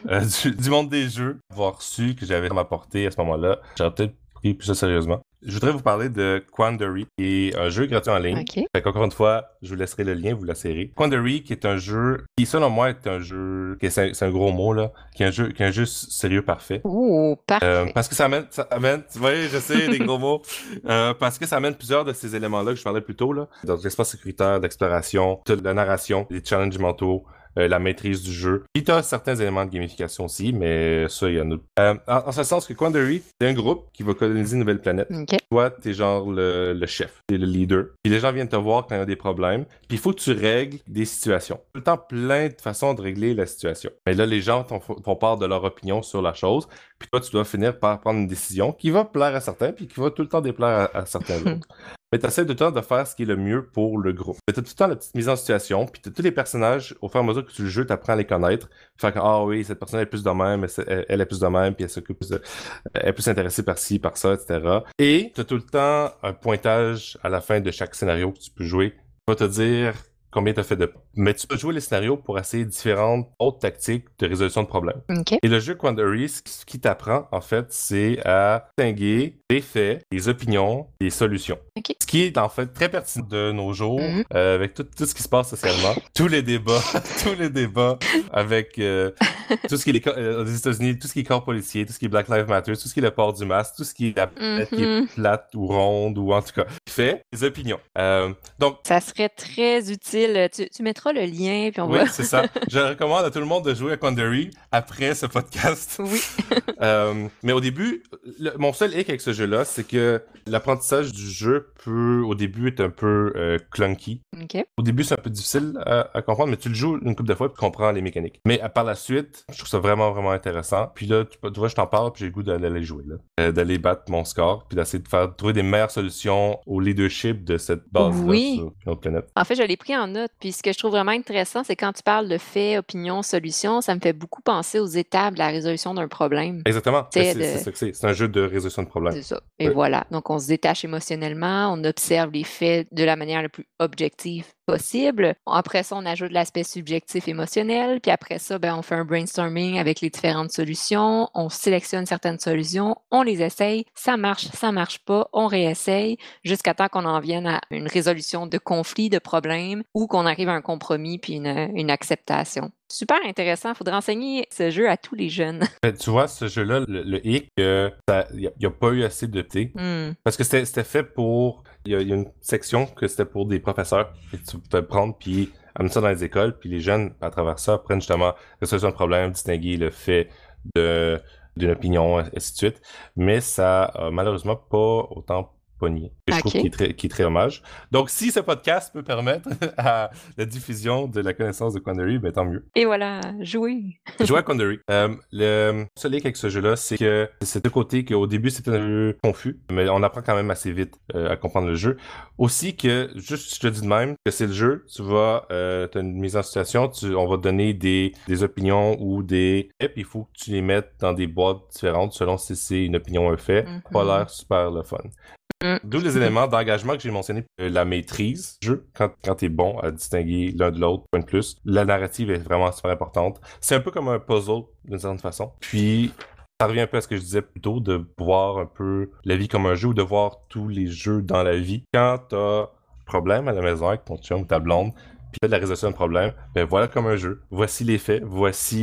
du monde des jeux. Avoir su que j'avais à m'apporter à ce moment-là, j'aurais peut-être pris plus ça sérieusement. Je voudrais vous parler de Quandary, qui est un jeu gratuit en ligne. OK. Fait qu'encore une fois, je vous laisserai le lien, vous la serrez. Quandary, qui est un jeu qui, selon moi, est un jeu... C'est un gros mot, là. Qui est un jeu sérieux parfait. Oh, parfait. Parce que ça amène, vous voyez, je sais, des gros mots. Parce que ça amène plusieurs de ces éléments-là que je parlais plus tôt, là. Donc, l'espace sécuritaire, l'exploration, toute la narration, les challenges mentaux, la maîtrise du jeu. Puis t'as certains éléments de gamification aussi, mais ça, il y en a. En ce sens que Quandary, c'est un groupe qui va coloniser une nouvelle planète. OK. Toi, t'es genre le chef, t'es le leader. Puis les gens viennent te voir quand il y a des problèmes. Puis il faut que tu règles des situations. Tout le temps plein de façons de régler la situation. Mais là, les gens font part de leur opinion sur la chose. Puis toi, tu dois finir par prendre une décision qui va plaire à certains, puis qui va tout le temps déplaire à certains autres. Mais tu essaies tout le temps de faire ce qui est le mieux pour le groupe. Tu as tout le temps la petite mise en situation, puis tu as tous les personnages, au fur et à mesure que tu le joues, tu apprends à les connaître. Fait que, ah oui, cette personne est plus de même, elle est plus de même, puis elle est plus intéressée par ci, par ça, etc. Et tu as tout le temps un pointage à la fin de chaque scénario que tu peux jouer. Il va te dire combien tu as fait de points. Mais tu peux jouer les scénarios pour essayer différentes autres tactiques de résolution de problèmes. OK. Et le jeu Quandary, ce qui t'apprend, en fait, c'est à distinguer les faits, les opinions, les solutions. OK. Ce qui est, en fait, très pertinent de nos jours, avec tout ce qui se passe socialement. tous les débats avec tout ce qui est aux États-Unis, tout ce qui est corps policier, tout ce qui est Black Lives Matter, tout ce qui est le port du masque, tout ce qui est la planète qui est plate ou ronde, ou en tout cas, fait les opinions. Donc, ça serait très utile. Tu mettras le lien, puis on oui, va... c'est ça. Je recommande à tout le monde de jouer à Quandary après ce podcast. Oui. Mais au début, mon seul hic avec ce jeu-là, c'est que l'apprentissage du jeu peut, au début, être un peu clunky. OK. Au début, c'est un peu difficile à comprendre, mais tu le joues une couple de fois et tu comprends les mécaniques. Mais par la suite, je trouve ça vraiment, vraiment intéressant. Puis là, tu vois, je t'en parle, puis j'ai le goût d'aller jouer, là. D'aller battre mon score, puis d'essayer de trouver des meilleures solutions au leadership de cette base-là sur notre planète. En fait, je l'ai pris en note. Puis ce que je trouve vraiment intéressant, c'est quand tu parles de faits, opinions, solutions, ça me fait beaucoup penser aux étapes de la résolution d'un problème. Exactement. C'est ça que c'est. C'est un jeu de résolution de problème. C'est ça. Et voilà. Donc, on se détache émotionnellement, on observe les faits de la manière la plus objective possible. Après ça, on ajoute l'aspect subjectif émotionnel. Puis après ça, on fait un brainstorming avec les différentes solutions. On sélectionne certaines solutions, on les essaye. Ça marche pas, on réessaye jusqu'à temps qu'on en vienne à une résolution de conflits, de problèmes ou qu'on arrive à un compromis puis une acceptation. Super intéressant. Il faudrait enseigner ce jeu à tous les jeunes. Tu vois, ce jeu-là, le hic, il n'y a pas eu assez de thé. Parce que c'était fait pour... Il y a une section que c'était pour des professeurs que tu peux prendre puis amener ça dans les écoles. Puis les jeunes, à travers ça, apprennent justement résolution de problème, distinguer le fait d'une opinion, ainsi de suite. Mais ça a malheureusement pas autant pogné. Je trouve qui est très dommage. Donc, si ce podcast peut permettre à la diffusion de la connaissance de Quandary, tant mieux. Et voilà, jouer. Jouer à Quandary. Le seul hic avec ce jeu-là, c'est que c'est de côté qu'au début, c'était un jeu confus, mais on apprend quand même assez vite à comprendre le jeu. Aussi que, juste, je te dis de même, que c'est le jeu, t'as une mise en situation, on va te donner des opinions ou des faits, puis il faut que tu les mettes dans des boîtes différentes selon si c'est une opinion ou un fait. Pas l'air super le fun. D'où les éléments d'engagement que j'ai mentionnés. La maîtrise du jeu, quand t'es bon à distinguer l'un de l'autre, point de plus. La narrative est vraiment super importante. C'est un peu comme un puzzle, d'une certaine façon. Puis, ça revient un peu à ce que je disais plus tôt, de voir un peu la vie comme un jeu ou de voir tous les jeux dans la vie. Quand t'as un problème à la maison avec ton chum ou ta blonde, puis t'as de la résolution de problème, voilà comme un jeu. Voici les faits, voici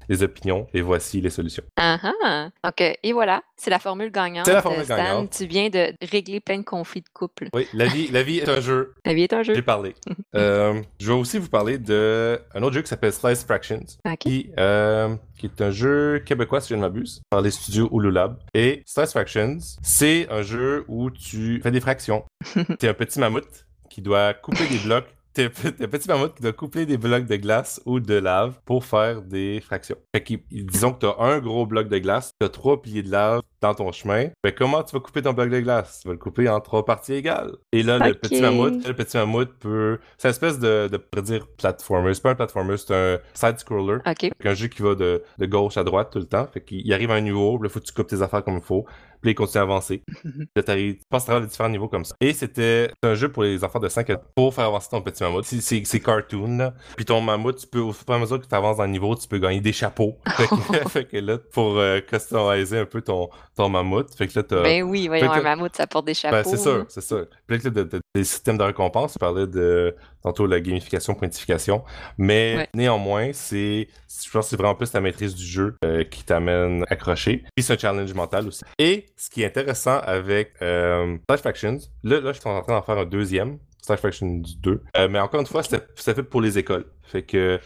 les opinions et voici les solutions. Donc, et voilà, c'est la formule gagnante. C'est la formule Stan, gagnante. tu viens de régler plein de conflits de couple. Oui, la vie est un jeu. La vie est un jeu. J'ai parlé. Je vais aussi vous parler d'un autre jeu qui s'appelle Slice Fractions, qui est un jeu québécois, si je ne m'abuse, par les studios Ululab. Et Slice Fractions, c'est un jeu où tu fais des fractions. T'es un petit mammouth qui doit couper des blocs. T'es un petit mammouth qui doit coupler des blocs de glace ou de lave pour faire des fractions. Fait que, disons que t'as un gros bloc de glace, t'as 3 piliers de lave dans ton chemin. Mais comment tu vas couper ton bloc de glace? Tu vas le couper en 3 parties égales. Et là, le petit mammouth peut... C'est une espèce de dire platformer. C'est pas un platformer, c'est un side-scroller. Un jeu qui va de gauche à droite tout le temps. Fait qu'il arrive à un niveau, là, faut que tu coupes tes affaires comme il faut. Puis il continue à avancer. Là, tu passes à travers les différents niveaux comme ça. Et c'est un jeu pour les enfants de 5 ans pour faire avancer ton petit mammouth. C'est cartoon, là. Puis ton mammouth, tu peux, au fur et à mesure que tu avances dans le niveau, tu peux gagner des chapeaux. Fait que là, pour customiser un peu ton mammouth. Fait que là, t'as... Ben oui, voyons, un mammouth, ça porte des chapeaux. Ben, c'est sûr. Puis là, t'as des systèmes de récompense. Tu parlais tantôt la gamification, pointification. Mais néanmoins, je pense que c'est vraiment plus la maîtrise du jeu qui t'amène accroché. Puis c'est un challenge mental aussi. Et ce qui est intéressant avec Slice Fractions, là, je suis en train d'en faire un deuxième, Slice Fractions 2. Mais encore une fois, c'était fait pour les écoles. Fait que,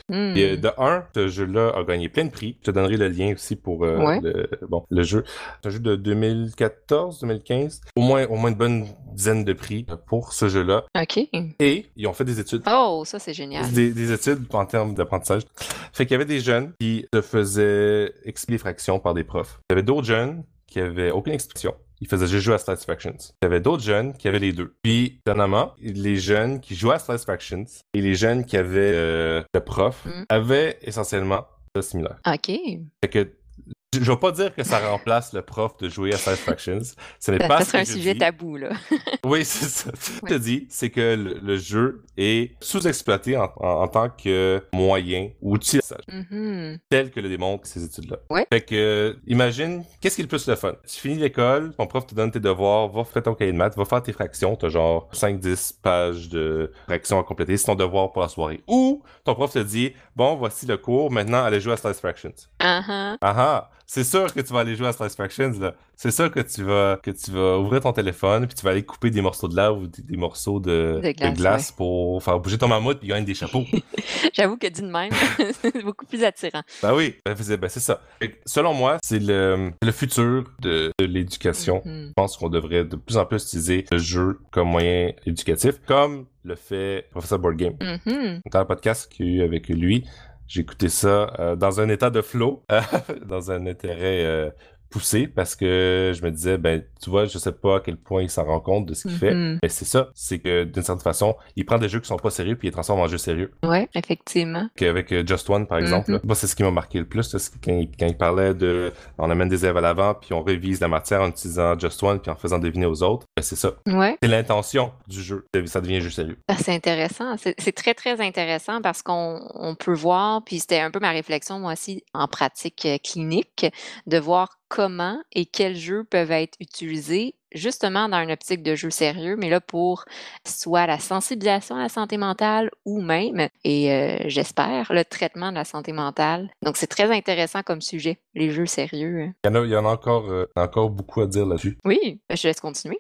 ce jeu-là a gagné plein de prix. Je te donnerai le lien aussi pour le jeu. C'est un jeu de 2014-2015. Au moins une bonne dizaine de prix pour ce jeu-là. Et ils ont fait des études. Oh, ça c'est génial. Des études en termes d'apprentissage. Fait qu'il y avait des jeunes qui se faisaient expliquer les fractions par des profs. Il y avait d'autres jeunes qui avaient aucune explication. Ils faisaient juste jouer à Slice Fractions. Il y avait d'autres jeunes qui avaient les deux. Puis, dernièrement, les jeunes qui jouaient à Slice Fractions et les jeunes qui avaient le prof avaient essentiellement ça similaire. Fait que je vais pas dire que ça remplace le prof de jouer à Slice Fractions. Ce n'est pas ce que un sujet tabou, là. Oui, c'est ça. Ce que je te dis, c'est que le jeu est sous-exploité en tant que moyen ou outil tel que le démontrent ces études-là. Fait que, imagine, qu'est-ce qui est le plus le fun? Tu finis l'école, ton prof te donne tes devoirs, va faire ton cahier de maths, va faire tes fractions, t'as genre 5-10 pages de fractions à compléter, c'est ton devoir pour la soirée. Ou ton prof te dit, bon, voici le cours, maintenant allez jouer à Slice Fractions. C'est sûr que tu vas aller jouer à Slice Fractions, là. C'est sûr que tu vas ouvrir ton téléphone puis tu vas aller couper des morceaux de lave ou des morceaux de glace pour faire bouger ton mammouth puis gagner des chapeaux. J'avoue que dit de même, c'est beaucoup plus attirant. Ben oui, c'est ça. Selon moi, c'est le futur de l'éducation. Je pense qu'on devrait de plus en plus utiliser le jeu comme moyen éducatif, comme le fait Professeur Board Game. Dans le podcast qu'il y a eu avec lui, j'ai écouté ça dans un état de flow, dans un intérêt poussé, parce que je me disais, ben, tu vois, je sais pas à quel point il s'en rend compte de ce qu'il fait, mais c'est ça, c'est que d'une certaine façon, il prend des jeux qui sont pas sérieux puis il les transforme en jeux sérieux. Ouais, effectivement. Avec Just One, par exemple, moi, c'est ce qui m'a marqué le plus, c'est quand il parlait on amène des élèves à l'avant puis on révise la matière en utilisant Just One puis en faisant deviner aux autres, ben, c'est ça. C'est l'intention du jeu, ça devient un jeu sérieux. C'est intéressant, c'est très, très intéressant parce qu'on peut voir, puis c'était un peu ma réflexion, moi aussi, en pratique clinique, de voir comment et quels jeux peuvent être utilisés justement dans une optique de jeu sérieux, mais là pour soit la sensibilisation à la santé mentale ou même, et j'espère, le traitement de la santé mentale. Donc c'est très intéressant comme sujet, les jeux sérieux. Il y en a encore beaucoup à dire là-dessus. Oui, je laisse continuer.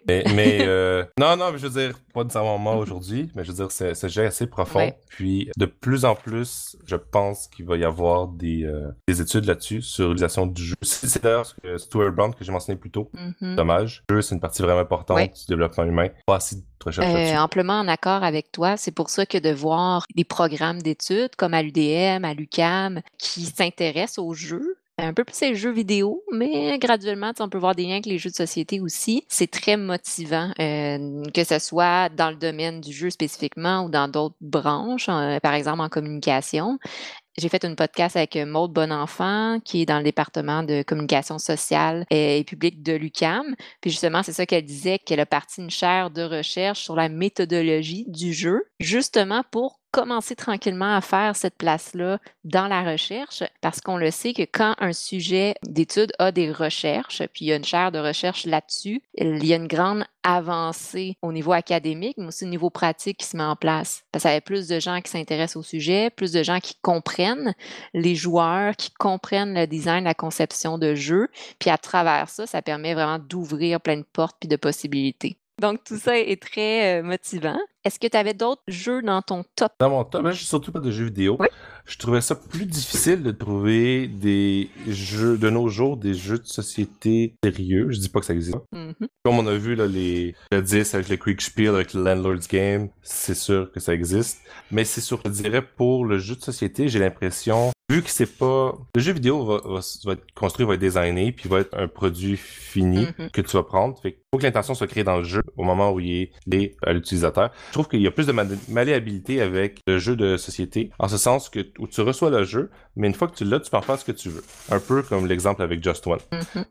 Non, mais je veux dire, pas nécessairement moi aujourd'hui, mais je veux dire, c'est un sujet assez profond. Puis de plus en plus, je pense qu'il va y avoir des études là-dessus sur l'utilisation du jeu. C'est d'ailleurs ce que Stuart Brown que j'ai mentionné plus tôt. Dommage. Le jeu, c'est une partie vraiment importante du développement humain. Pas assez de recherche là-dessus. Amplement en accord avec toi. C'est pour ça que de voir des programmes d'études comme à l'UDM, à l'UQAM, qui s'intéressent aux jeux, un peu plus les jeux vidéo, mais graduellement, on peut voir des liens avec les jeux de société aussi. C'est très motivant, que ce soit dans le domaine du jeu spécifiquement ou dans d'autres branches, par exemple en communication. J'ai fait une podcast avec Maude Bonenfant, qui est dans le département de communication sociale et publique de l'UQAM. Puis justement, c'est ça qu'elle disait, qu'elle a parti une chaire de recherche sur la méthodologie du jeu, justement pour commencer tranquillement à faire cette place-là dans la recherche parce qu'on le sait que quand un sujet d'étude a des recherches, puis il y a une chaire de recherche là-dessus, il y a une grande avancée au niveau académique, mais aussi au niveau pratique qui se met en place. Parce qu'il y a plus de gens qui s'intéressent au sujet, plus de gens qui comprennent les joueurs, qui comprennent le design, la conception de jeu, puis à travers ça, ça permet vraiment d'ouvrir plein de portes puis de possibilités. Donc, tout ça est très motivant. Est-ce que tu avais d'autres jeux dans ton top? Dans mon top, là, je suis surtout pas de jeux vidéo. Oui. Je trouvais ça plus difficile de trouver des jeux de nos jours, des jeux de société sérieux. Je dis pas que ça existe pas. Mhm. Comme on a vu là, le 10 avec le Quick Spiel, avec le Landlord's Game, c'est sûr que ça existe. Mais c'est sûr, je dirais, pour le jeu de société, j'ai l'impression, vu que c'est pas... Le jeu vidéo va être construit, va être designé, puis va être un produit fini que tu vas prendre. Fait qu'il faut que l'intention soit créée dans le jeu au moment où il est à l'utilisateur. Je trouve qu'il y a plus de malléabilité avec le jeu de société, en ce sens que où tu reçois le jeu, mais une fois que tu l'as, tu peux en faire ce que tu veux. Un peu comme l'exemple avec Just One.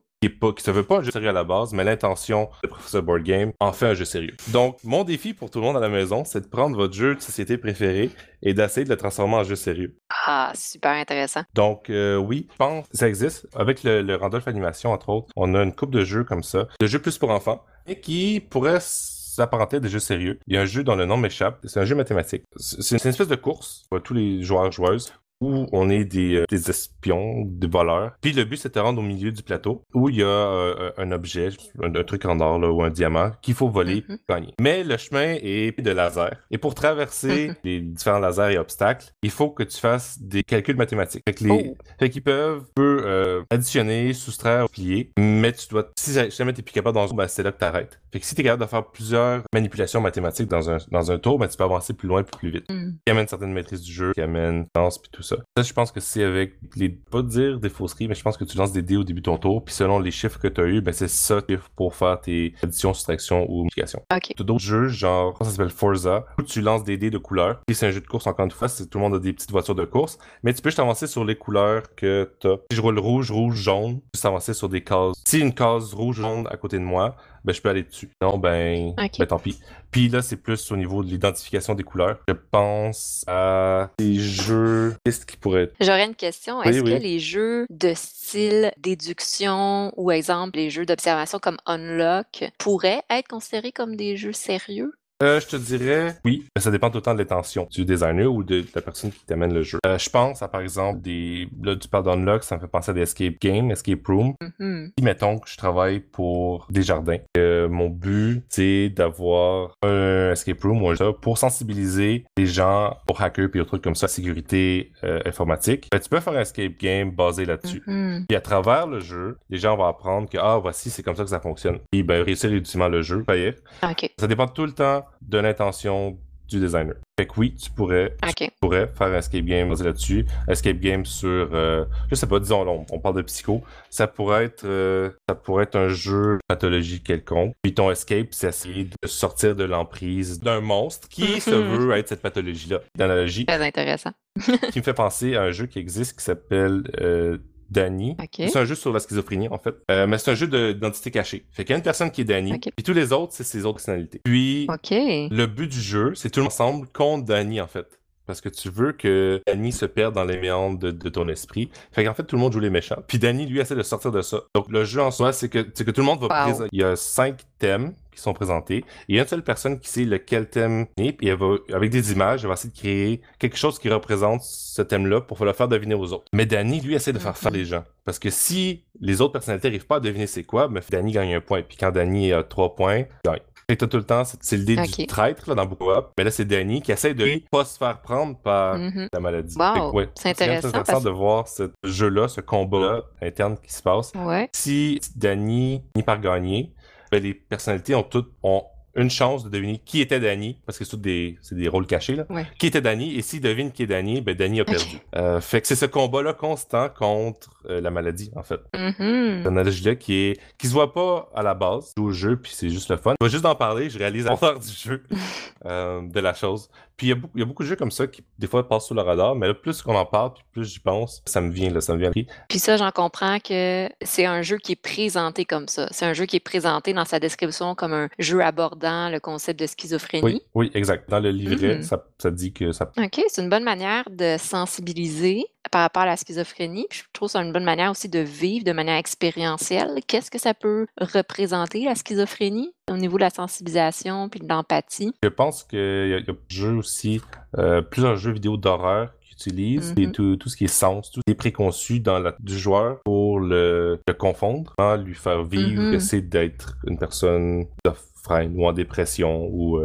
Qui se veut pas un jeu sérieux à la base, mais l'intention de Professor Board Game en fait un jeu sérieux. Donc, mon défi pour tout le monde à la maison, c'est de prendre votre jeu de société préféré et d'essayer de le transformer en jeu sérieux. Ah, super intéressant. Donc, oui, je pense que ça existe. Avec le Randolph Animation, entre autres, on a une couple de jeux comme ça, de jeux plus pour enfants, et qui pourraient s'apparenter à des jeux sérieux. Il y a un jeu dont le nom m'échappe, c'est un jeu mathématique. C'est une espèce de course pour tous les joueurs-joueuses, où on est des espions, des voleurs. Puis le but, c'est de te rendre au milieu du plateau, où il y a un objet, un truc en or là, ou un diamant, qu'il faut voler pour gagner. Mais le chemin est de laser. Et pour traverser les différents lasers et obstacles, il faut que tu fasses des calculs mathématiques. Fait qu'ils peuvent additionner, soustraire, plier, mais tu dois, si jamais t'es plus capable dans un tour, ben c'est là que t'arrêtes. Fait que si t'es capable de faire plusieurs manipulations mathématiques dans un tour, ben tu peux avancer plus loin, plus vite. Qui amène une certaine maîtrise du jeu, qui amène sens puis tout ça. Ça, je pense que c'est avec pas dire des fausseries, mais je pense que tu lances des dés au début de ton tour, puis selon les chiffres que tu as eu, ben c'est ça pour faire tes additions, soustractions ou multiplications. OK. Tu as d'autres jeux, genre, ça s'appelle Forza, où tu lances des dés de couleurs. Puis c'est un jeu de course, encore une fois, tout le monde a des petites voitures de course, mais tu peux juste avancer sur les couleurs que t'as. Si je roule rouge, jaune, juste avancer sur des cases. Si une case rouge, jaune à côté de moi, ben je peux aller dessus. Non, ben tant pis. Puis là, c'est plus au niveau de l'identification des couleurs. Je pense à des jeux... Qu'est-ce qui pourrait être? J'aurais une question. Est-ce que les jeux de style déduction ou, exemple, les jeux d'observation comme Unlock pourraient être considérés comme des jeux sérieux? Je te dirais oui, mais ça dépend tout le temps de l'intention du designer ou de la personne qui t'amène le jeu. Je pense à, par exemple, là, tu parles d'Unlock, ça me fait penser à des escape games, escape room. Si, mettons que je travaille pour Desjardins, mon but, c'est d'avoir un escape room ou un jeu pour sensibiliser les gens aux hackers et aux trucs comme ça, sécurité informatique. Ben, tu peux faire un escape game basé là-dessus. Puis à travers le jeu, les gens vont apprendre que, voici, c'est comme ça que ça fonctionne. Et ben, réussir ultimement le jeu, payer. Ça dépend tout le temps de l'intention du designer. Fait que oui, tu pourrais faire un escape game basé là-dessus. Escape game sur, je sais pas, disons, là, on parle de psycho. Ça pourrait être un jeu de pathologie quelconque. Puis ton escape, c'est essayer de sortir de l'emprise d'un monstre qui se veut être cette pathologie-là. D'analogie. Très intéressant. Qui me fait penser à un jeu qui existe qui s'appelle Danny. C'est un jeu sur la schizophrénie, en fait. Mais c'est un jeu d'identité cachée. Fait qu'il y a une personne qui est Danny, puis tous les autres, c'est ses autres personnalités. Puis, le but du jeu, c'est tout le monde ensemble contre Danny, en fait. Parce que tu veux que Danny se perde dans les méandres de ton esprit. Fait qu'en fait, tout le monde joue les méchants. Puis Danny, lui, essaie de sortir de ça. Donc, le jeu en soi, c'est que tout le monde va présenter. Il y a 5 thèmes qui sont présentés. Et il y a une seule personne qui sait lequel thème est, puis elle va, avec des images, elle va essayer de créer quelque chose qui représente ce thème-là pour le faire deviner aux autres. Mais Danny, lui, essaie de faire les gens. Parce que si les autres personnalités n'arrivent pas à deviner c'est quoi, ben Danny gagne un point. Puis quand Danny a 3 points, il gagne. Fait que tout le temps, c'est le dé du traître là, dans Book Up. Mais là, c'est Danny qui essaie de pas se faire prendre par la maladie. Wow, fait que, c'est intéressant. C'est intéressant de voir ce jeu-là, ce combat interne qui se passe. Si Danny finit par gagner, ben, les personnalités ont une chance de deviner qui était Danny, parce que c'est des rôles cachés, là. Qui était Danny, et s'ils devinent qui est Danny, ben Danny a perdu. Fait que c'est ce combat-là constant contre la maladie, en fait. Cette analogie-là qui se voit pas à la base, au jeu, puis c'est juste le fun. Je vais juste d'en parler, je réalise à l'heure du jeu de la chose. Puis il y a beaucoup de jeux comme ça qui, des fois, passent sous le radar, mais là, plus qu'on en parle, puis plus j'y pense, ça me vient, là, ça me vient. Puis ça, j'en comprends que c'est un jeu qui est présenté comme ça. C'est un jeu qui est présenté dans sa description comme un jeu abordant le concept de schizophrénie. Oui, exact. Dans le livret, ça dit que ça... OK, c'est une bonne manière de sensibiliser par rapport à la schizophrénie. Puis je trouve que c'est une bonne manière aussi de vivre de manière expérientielle. Qu'est-ce que ça peut représenter, la schizophrénie, au niveau de la sensibilisation puis de l'empathie? Je pense qu'il y a jeux aussi, plusieurs jeux vidéo d'horreur qui utilisent et tout ce qui est sens, tout ce qui est préconçu du joueur pour le confondre, lui faire vivre, essayer d'être une personne schizophrène ou en dépression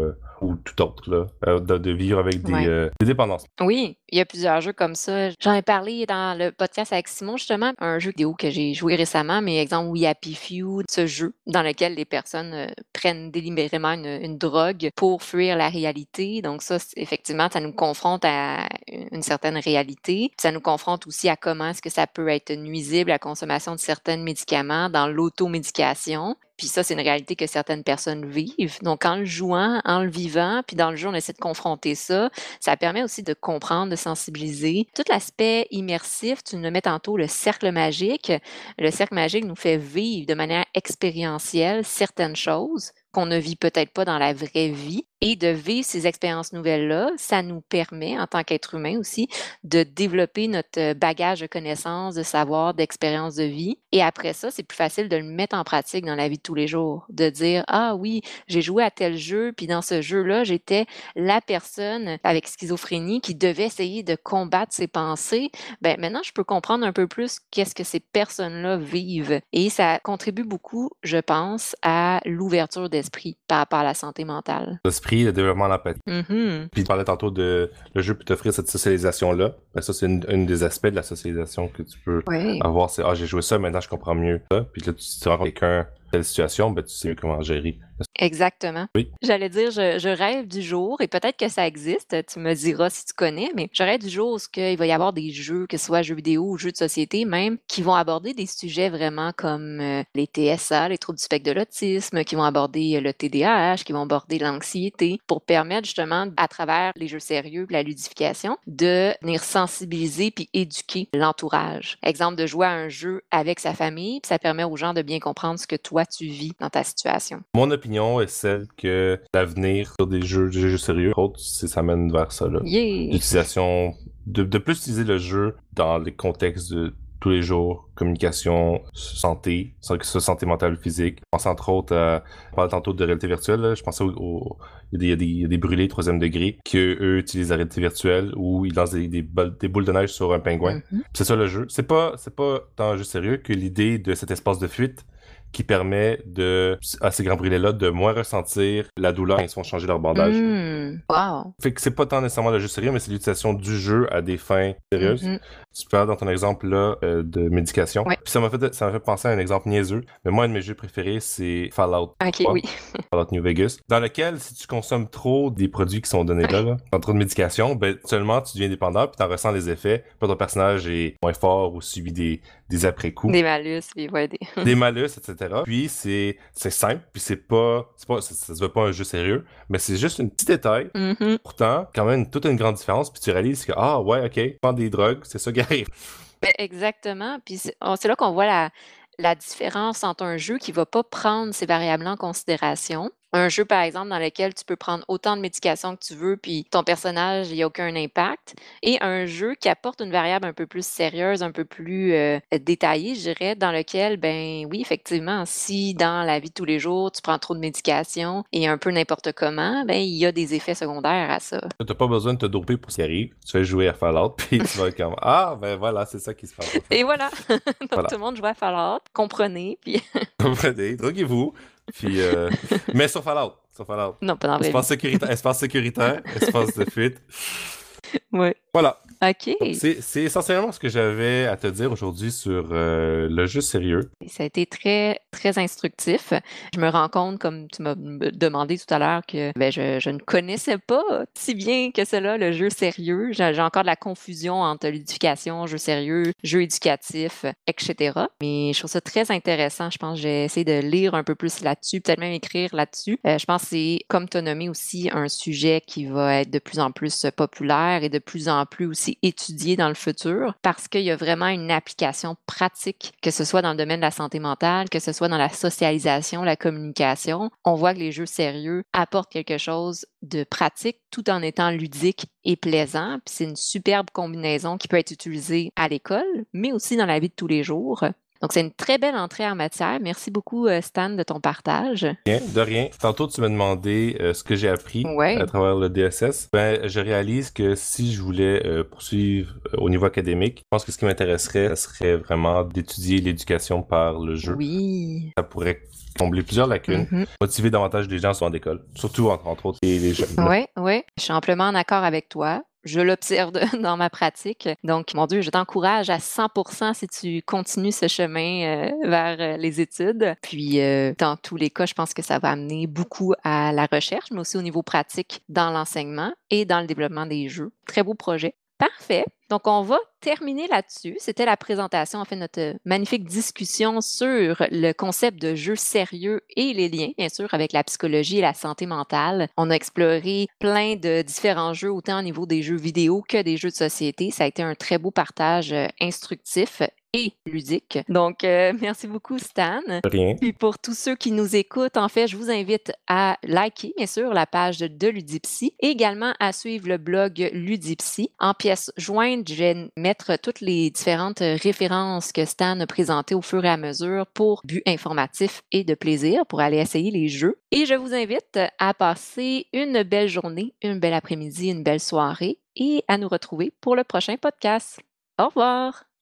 ou tout autre, là, de vivre avec des dépendances. Oui, il y a plusieurs jeux comme ça. J'en ai parlé dans le podcast avec Simon, justement, un jeu vidéo que j'ai joué récemment, mais exemple We Happy Few, ce jeu dans lequel les personnes prennent délibérément une drogue pour fuir la réalité. Donc ça, effectivement, ça nous confronte à une certaine réalité. Puis ça nous confronte aussi à comment est-ce que ça peut être nuisible, la consommation de certains médicaments dans l'automédication. Puis ça, c'est une réalité que certaines personnes vivent. Donc, en le jouant, en le vivant, puis dans le jeu, on essaie de confronter ça. Ça permet aussi de comprendre, de sensibiliser. Tout l'aspect immersif, tu nous mets tantôt le cercle magique. Le cercle magique nous fait vivre de manière expérientielle certaines choses qu'on ne vit peut-être pas dans la vraie vie. Et de vivre ces expériences nouvelles-là, ça nous permet, en tant qu'être humain aussi, de développer notre bagage de connaissances, de savoir, d'expériences de vie. Et après ça, c'est plus facile de le mettre en pratique dans la vie de tous les jours. De dire, ah oui, j'ai joué à tel jeu, puis dans ce jeu-là, j'étais la personne avec schizophrénie qui devait essayer de combattre ses pensées. Ben, maintenant, je peux comprendre un peu plus qu'est-ce que ces personnes-là vivent. Et ça contribue beaucoup, je pense, à l'ouverture d'esprit par rapport à la santé mentale. L'esprit, le développement de l'empathie. Puis tu parlais tantôt de le jeu peut t'offrir cette socialisation-là. Ben, ça, c'est une des aspects de la socialisation que tu peux avoir. C'est, j'ai joué ça, maintenant je comprends mieux ça. Puis là, tu rencontres quelqu'un dans telle situation, ben, tu sais mieux comment gérer. Exactement. Oui. J'allais dire, je rêve du jour, et peut-être que ça existe, tu me diras si tu connais, mais je rêve du jour où il va y avoir des jeux, que ce soit jeux vidéo ou jeux de société même, qui vont aborder des sujets vraiment comme les TSA, les troubles du spectre de l'autisme, qui vont aborder le TDAH, qui vont aborder l'anxiété, pour permettre justement, à travers les jeux sérieux, la ludification, de venir sensibiliser puis éduquer l'entourage. Exemple, de jouer à un jeu avec sa famille, puis ça permet aux gens de bien comprendre ce que toi tu vis dans ta situation. Mon opinion est celle que l'avenir sur des jeux sérieux, ça mène vers ça, là. L'utilisation, de plus utiliser le jeu dans les contextes de tous les jours, communication, santé, que ce soit santé mentale ou physique. Je pense entre autres on parle tantôt de réalité virtuelle, là. Je pensais il y a des brûlés 3e degré qui, eux, utilisent la réalité virtuelle où ils lancent des boules de neige sur un pingouin. C'est ça le jeu. C'est pas dans un jeu sérieux que l'idée de cet espace de fuite qui permet à ces grands brûlés-là de moins ressentir la douleur quand ils se font changer leur bandage. Wow. Fait que c'est pas tant nécessairement le jeu sérieux, mais c'est l'utilisation du jeu à des fins sérieuses. Tu parles dans ton exemple là de médication. Puis ça m'a fait penser à un exemple niaiseux. Mais moi, un de mes jeux préférés, c'est Fallout 3, Fallout New Vegas, dans lequel, si tu consommes trop des produits qui sont donnés là, dans trop de médication, ben seulement tu deviens dépendant puis t'en ressens les effets. Puis ton personnage est moins fort ou subit des après-coups. Des malus, puis des malus, etc. Puis c'est simple, puis ça se veut pas un jeu sérieux, mais c'est juste un petit détail. Pourtant, quand même, toute une grande différence, puis tu réalises que, ah ouais, ok, prendre des drogues, c'est ça qui arrive. Ben, exactement, puis c'est là qu'on voit la différence entre un jeu qui va pas prendre ces variables en considération. Un jeu, par exemple, dans lequel tu peux prendre autant de médication que tu veux, puis ton personnage, il n'y a aucun impact. Et un jeu qui apporte une variable un peu plus sérieuse, un peu plus détaillée, je dirais, dans lequel, ben oui, effectivement, si dans la vie de tous les jours, tu prends trop de médication et un peu n'importe comment, ben il y a des effets secondaires à ça. Tu n'as pas besoin de te doper pour ce qui arrive. Tu fais jouer à Fallout, puis tu vas comme, ah, ben voilà, c'est ça qui se passe. Et voilà! Donc tout le monde joue à Fallout, comprenez, puis... Comprenez, droguez-vous. Puis, mais sur Fallout. Non, pas dans la vraie vie. Espace sécuritaire, espace de fuite. Ouais. Voilà. OK. Donc, c'est essentiellement ce que j'avais à te dire aujourd'hui sur le jeu sérieux. Et ça a été très, très instructif. Je me rends compte, comme tu m'as demandé tout à l'heure, que ben, je ne connaissais pas si bien que cela le jeu sérieux. J'ai encore de la confusion entre ludification, jeu sérieux, jeu éducatif, etc. Mais je trouve ça très intéressant. Je pense que j'ai essayé de lire un peu plus là-dessus, peut-être même écrire là-dessus. Je pense que c'est, comme tu as nommé aussi, un sujet qui va être de plus en plus populaire et de plus en plus aussi étudié dans le futur parce qu'il y a vraiment une application pratique, que ce soit dans le domaine de la santé mentale, que ce soit dans la socialisation, la communication. On voit que les jeux sérieux apportent quelque chose de pratique tout en étant ludique et plaisant. Puis c'est une superbe combinaison qui peut être utilisée à l'école, mais aussi dans la vie de tous les jours. Donc, c'est une très belle entrée en matière. Merci beaucoup, Stan, de ton partage. Rien, de rien. Tantôt, tu m'as demandé ce que j'ai appris Ouais. à travers le DSS. Ben, je réalise que si je voulais poursuivre au niveau académique, je pense que ce qui m'intéresserait, ce serait vraiment d'étudier l'éducation par le jeu. Oui. Ça pourrait combler plusieurs lacunes, motiver davantage les gens sur l'école, surtout entre autres les jeunes. Oui, oui, je suis amplement en accord avec toi. Je l'observe dans ma pratique. Donc, mon Dieu, je t'encourage à 100% si tu continues ce chemin vers les études. Puis, dans tous les cas, je pense que ça va amener beaucoup à la recherche, mais aussi au niveau pratique dans l'enseignement et dans le développement des jeux. Très beau projet. Parfait. Donc, on va terminer là-dessus. C'était la présentation, en fait, notre magnifique discussion sur le concept de jeu sérieux et les liens, bien sûr, avec la psychologie et la santé mentale. On a exploré plein de différents jeux, autant au niveau des jeux vidéo que des jeux de société. Ça a été un très beau partage instructif et ludique. Donc, merci beaucoup, Stan. Rien. Puis pour tous ceux qui nous écoutent, en fait, je vous invite à liker, bien sûr, la page de Ludipsy et également à suivre le blog Ludipsy. En pièce jointe, je vais mettre toutes les différentes références que Stan a présentées au fur et à mesure pour but informatif et de plaisir pour aller essayer les jeux. Et je vous invite à passer une belle journée, une belle après-midi, une belle soirée et à nous retrouver pour le prochain podcast. Au revoir!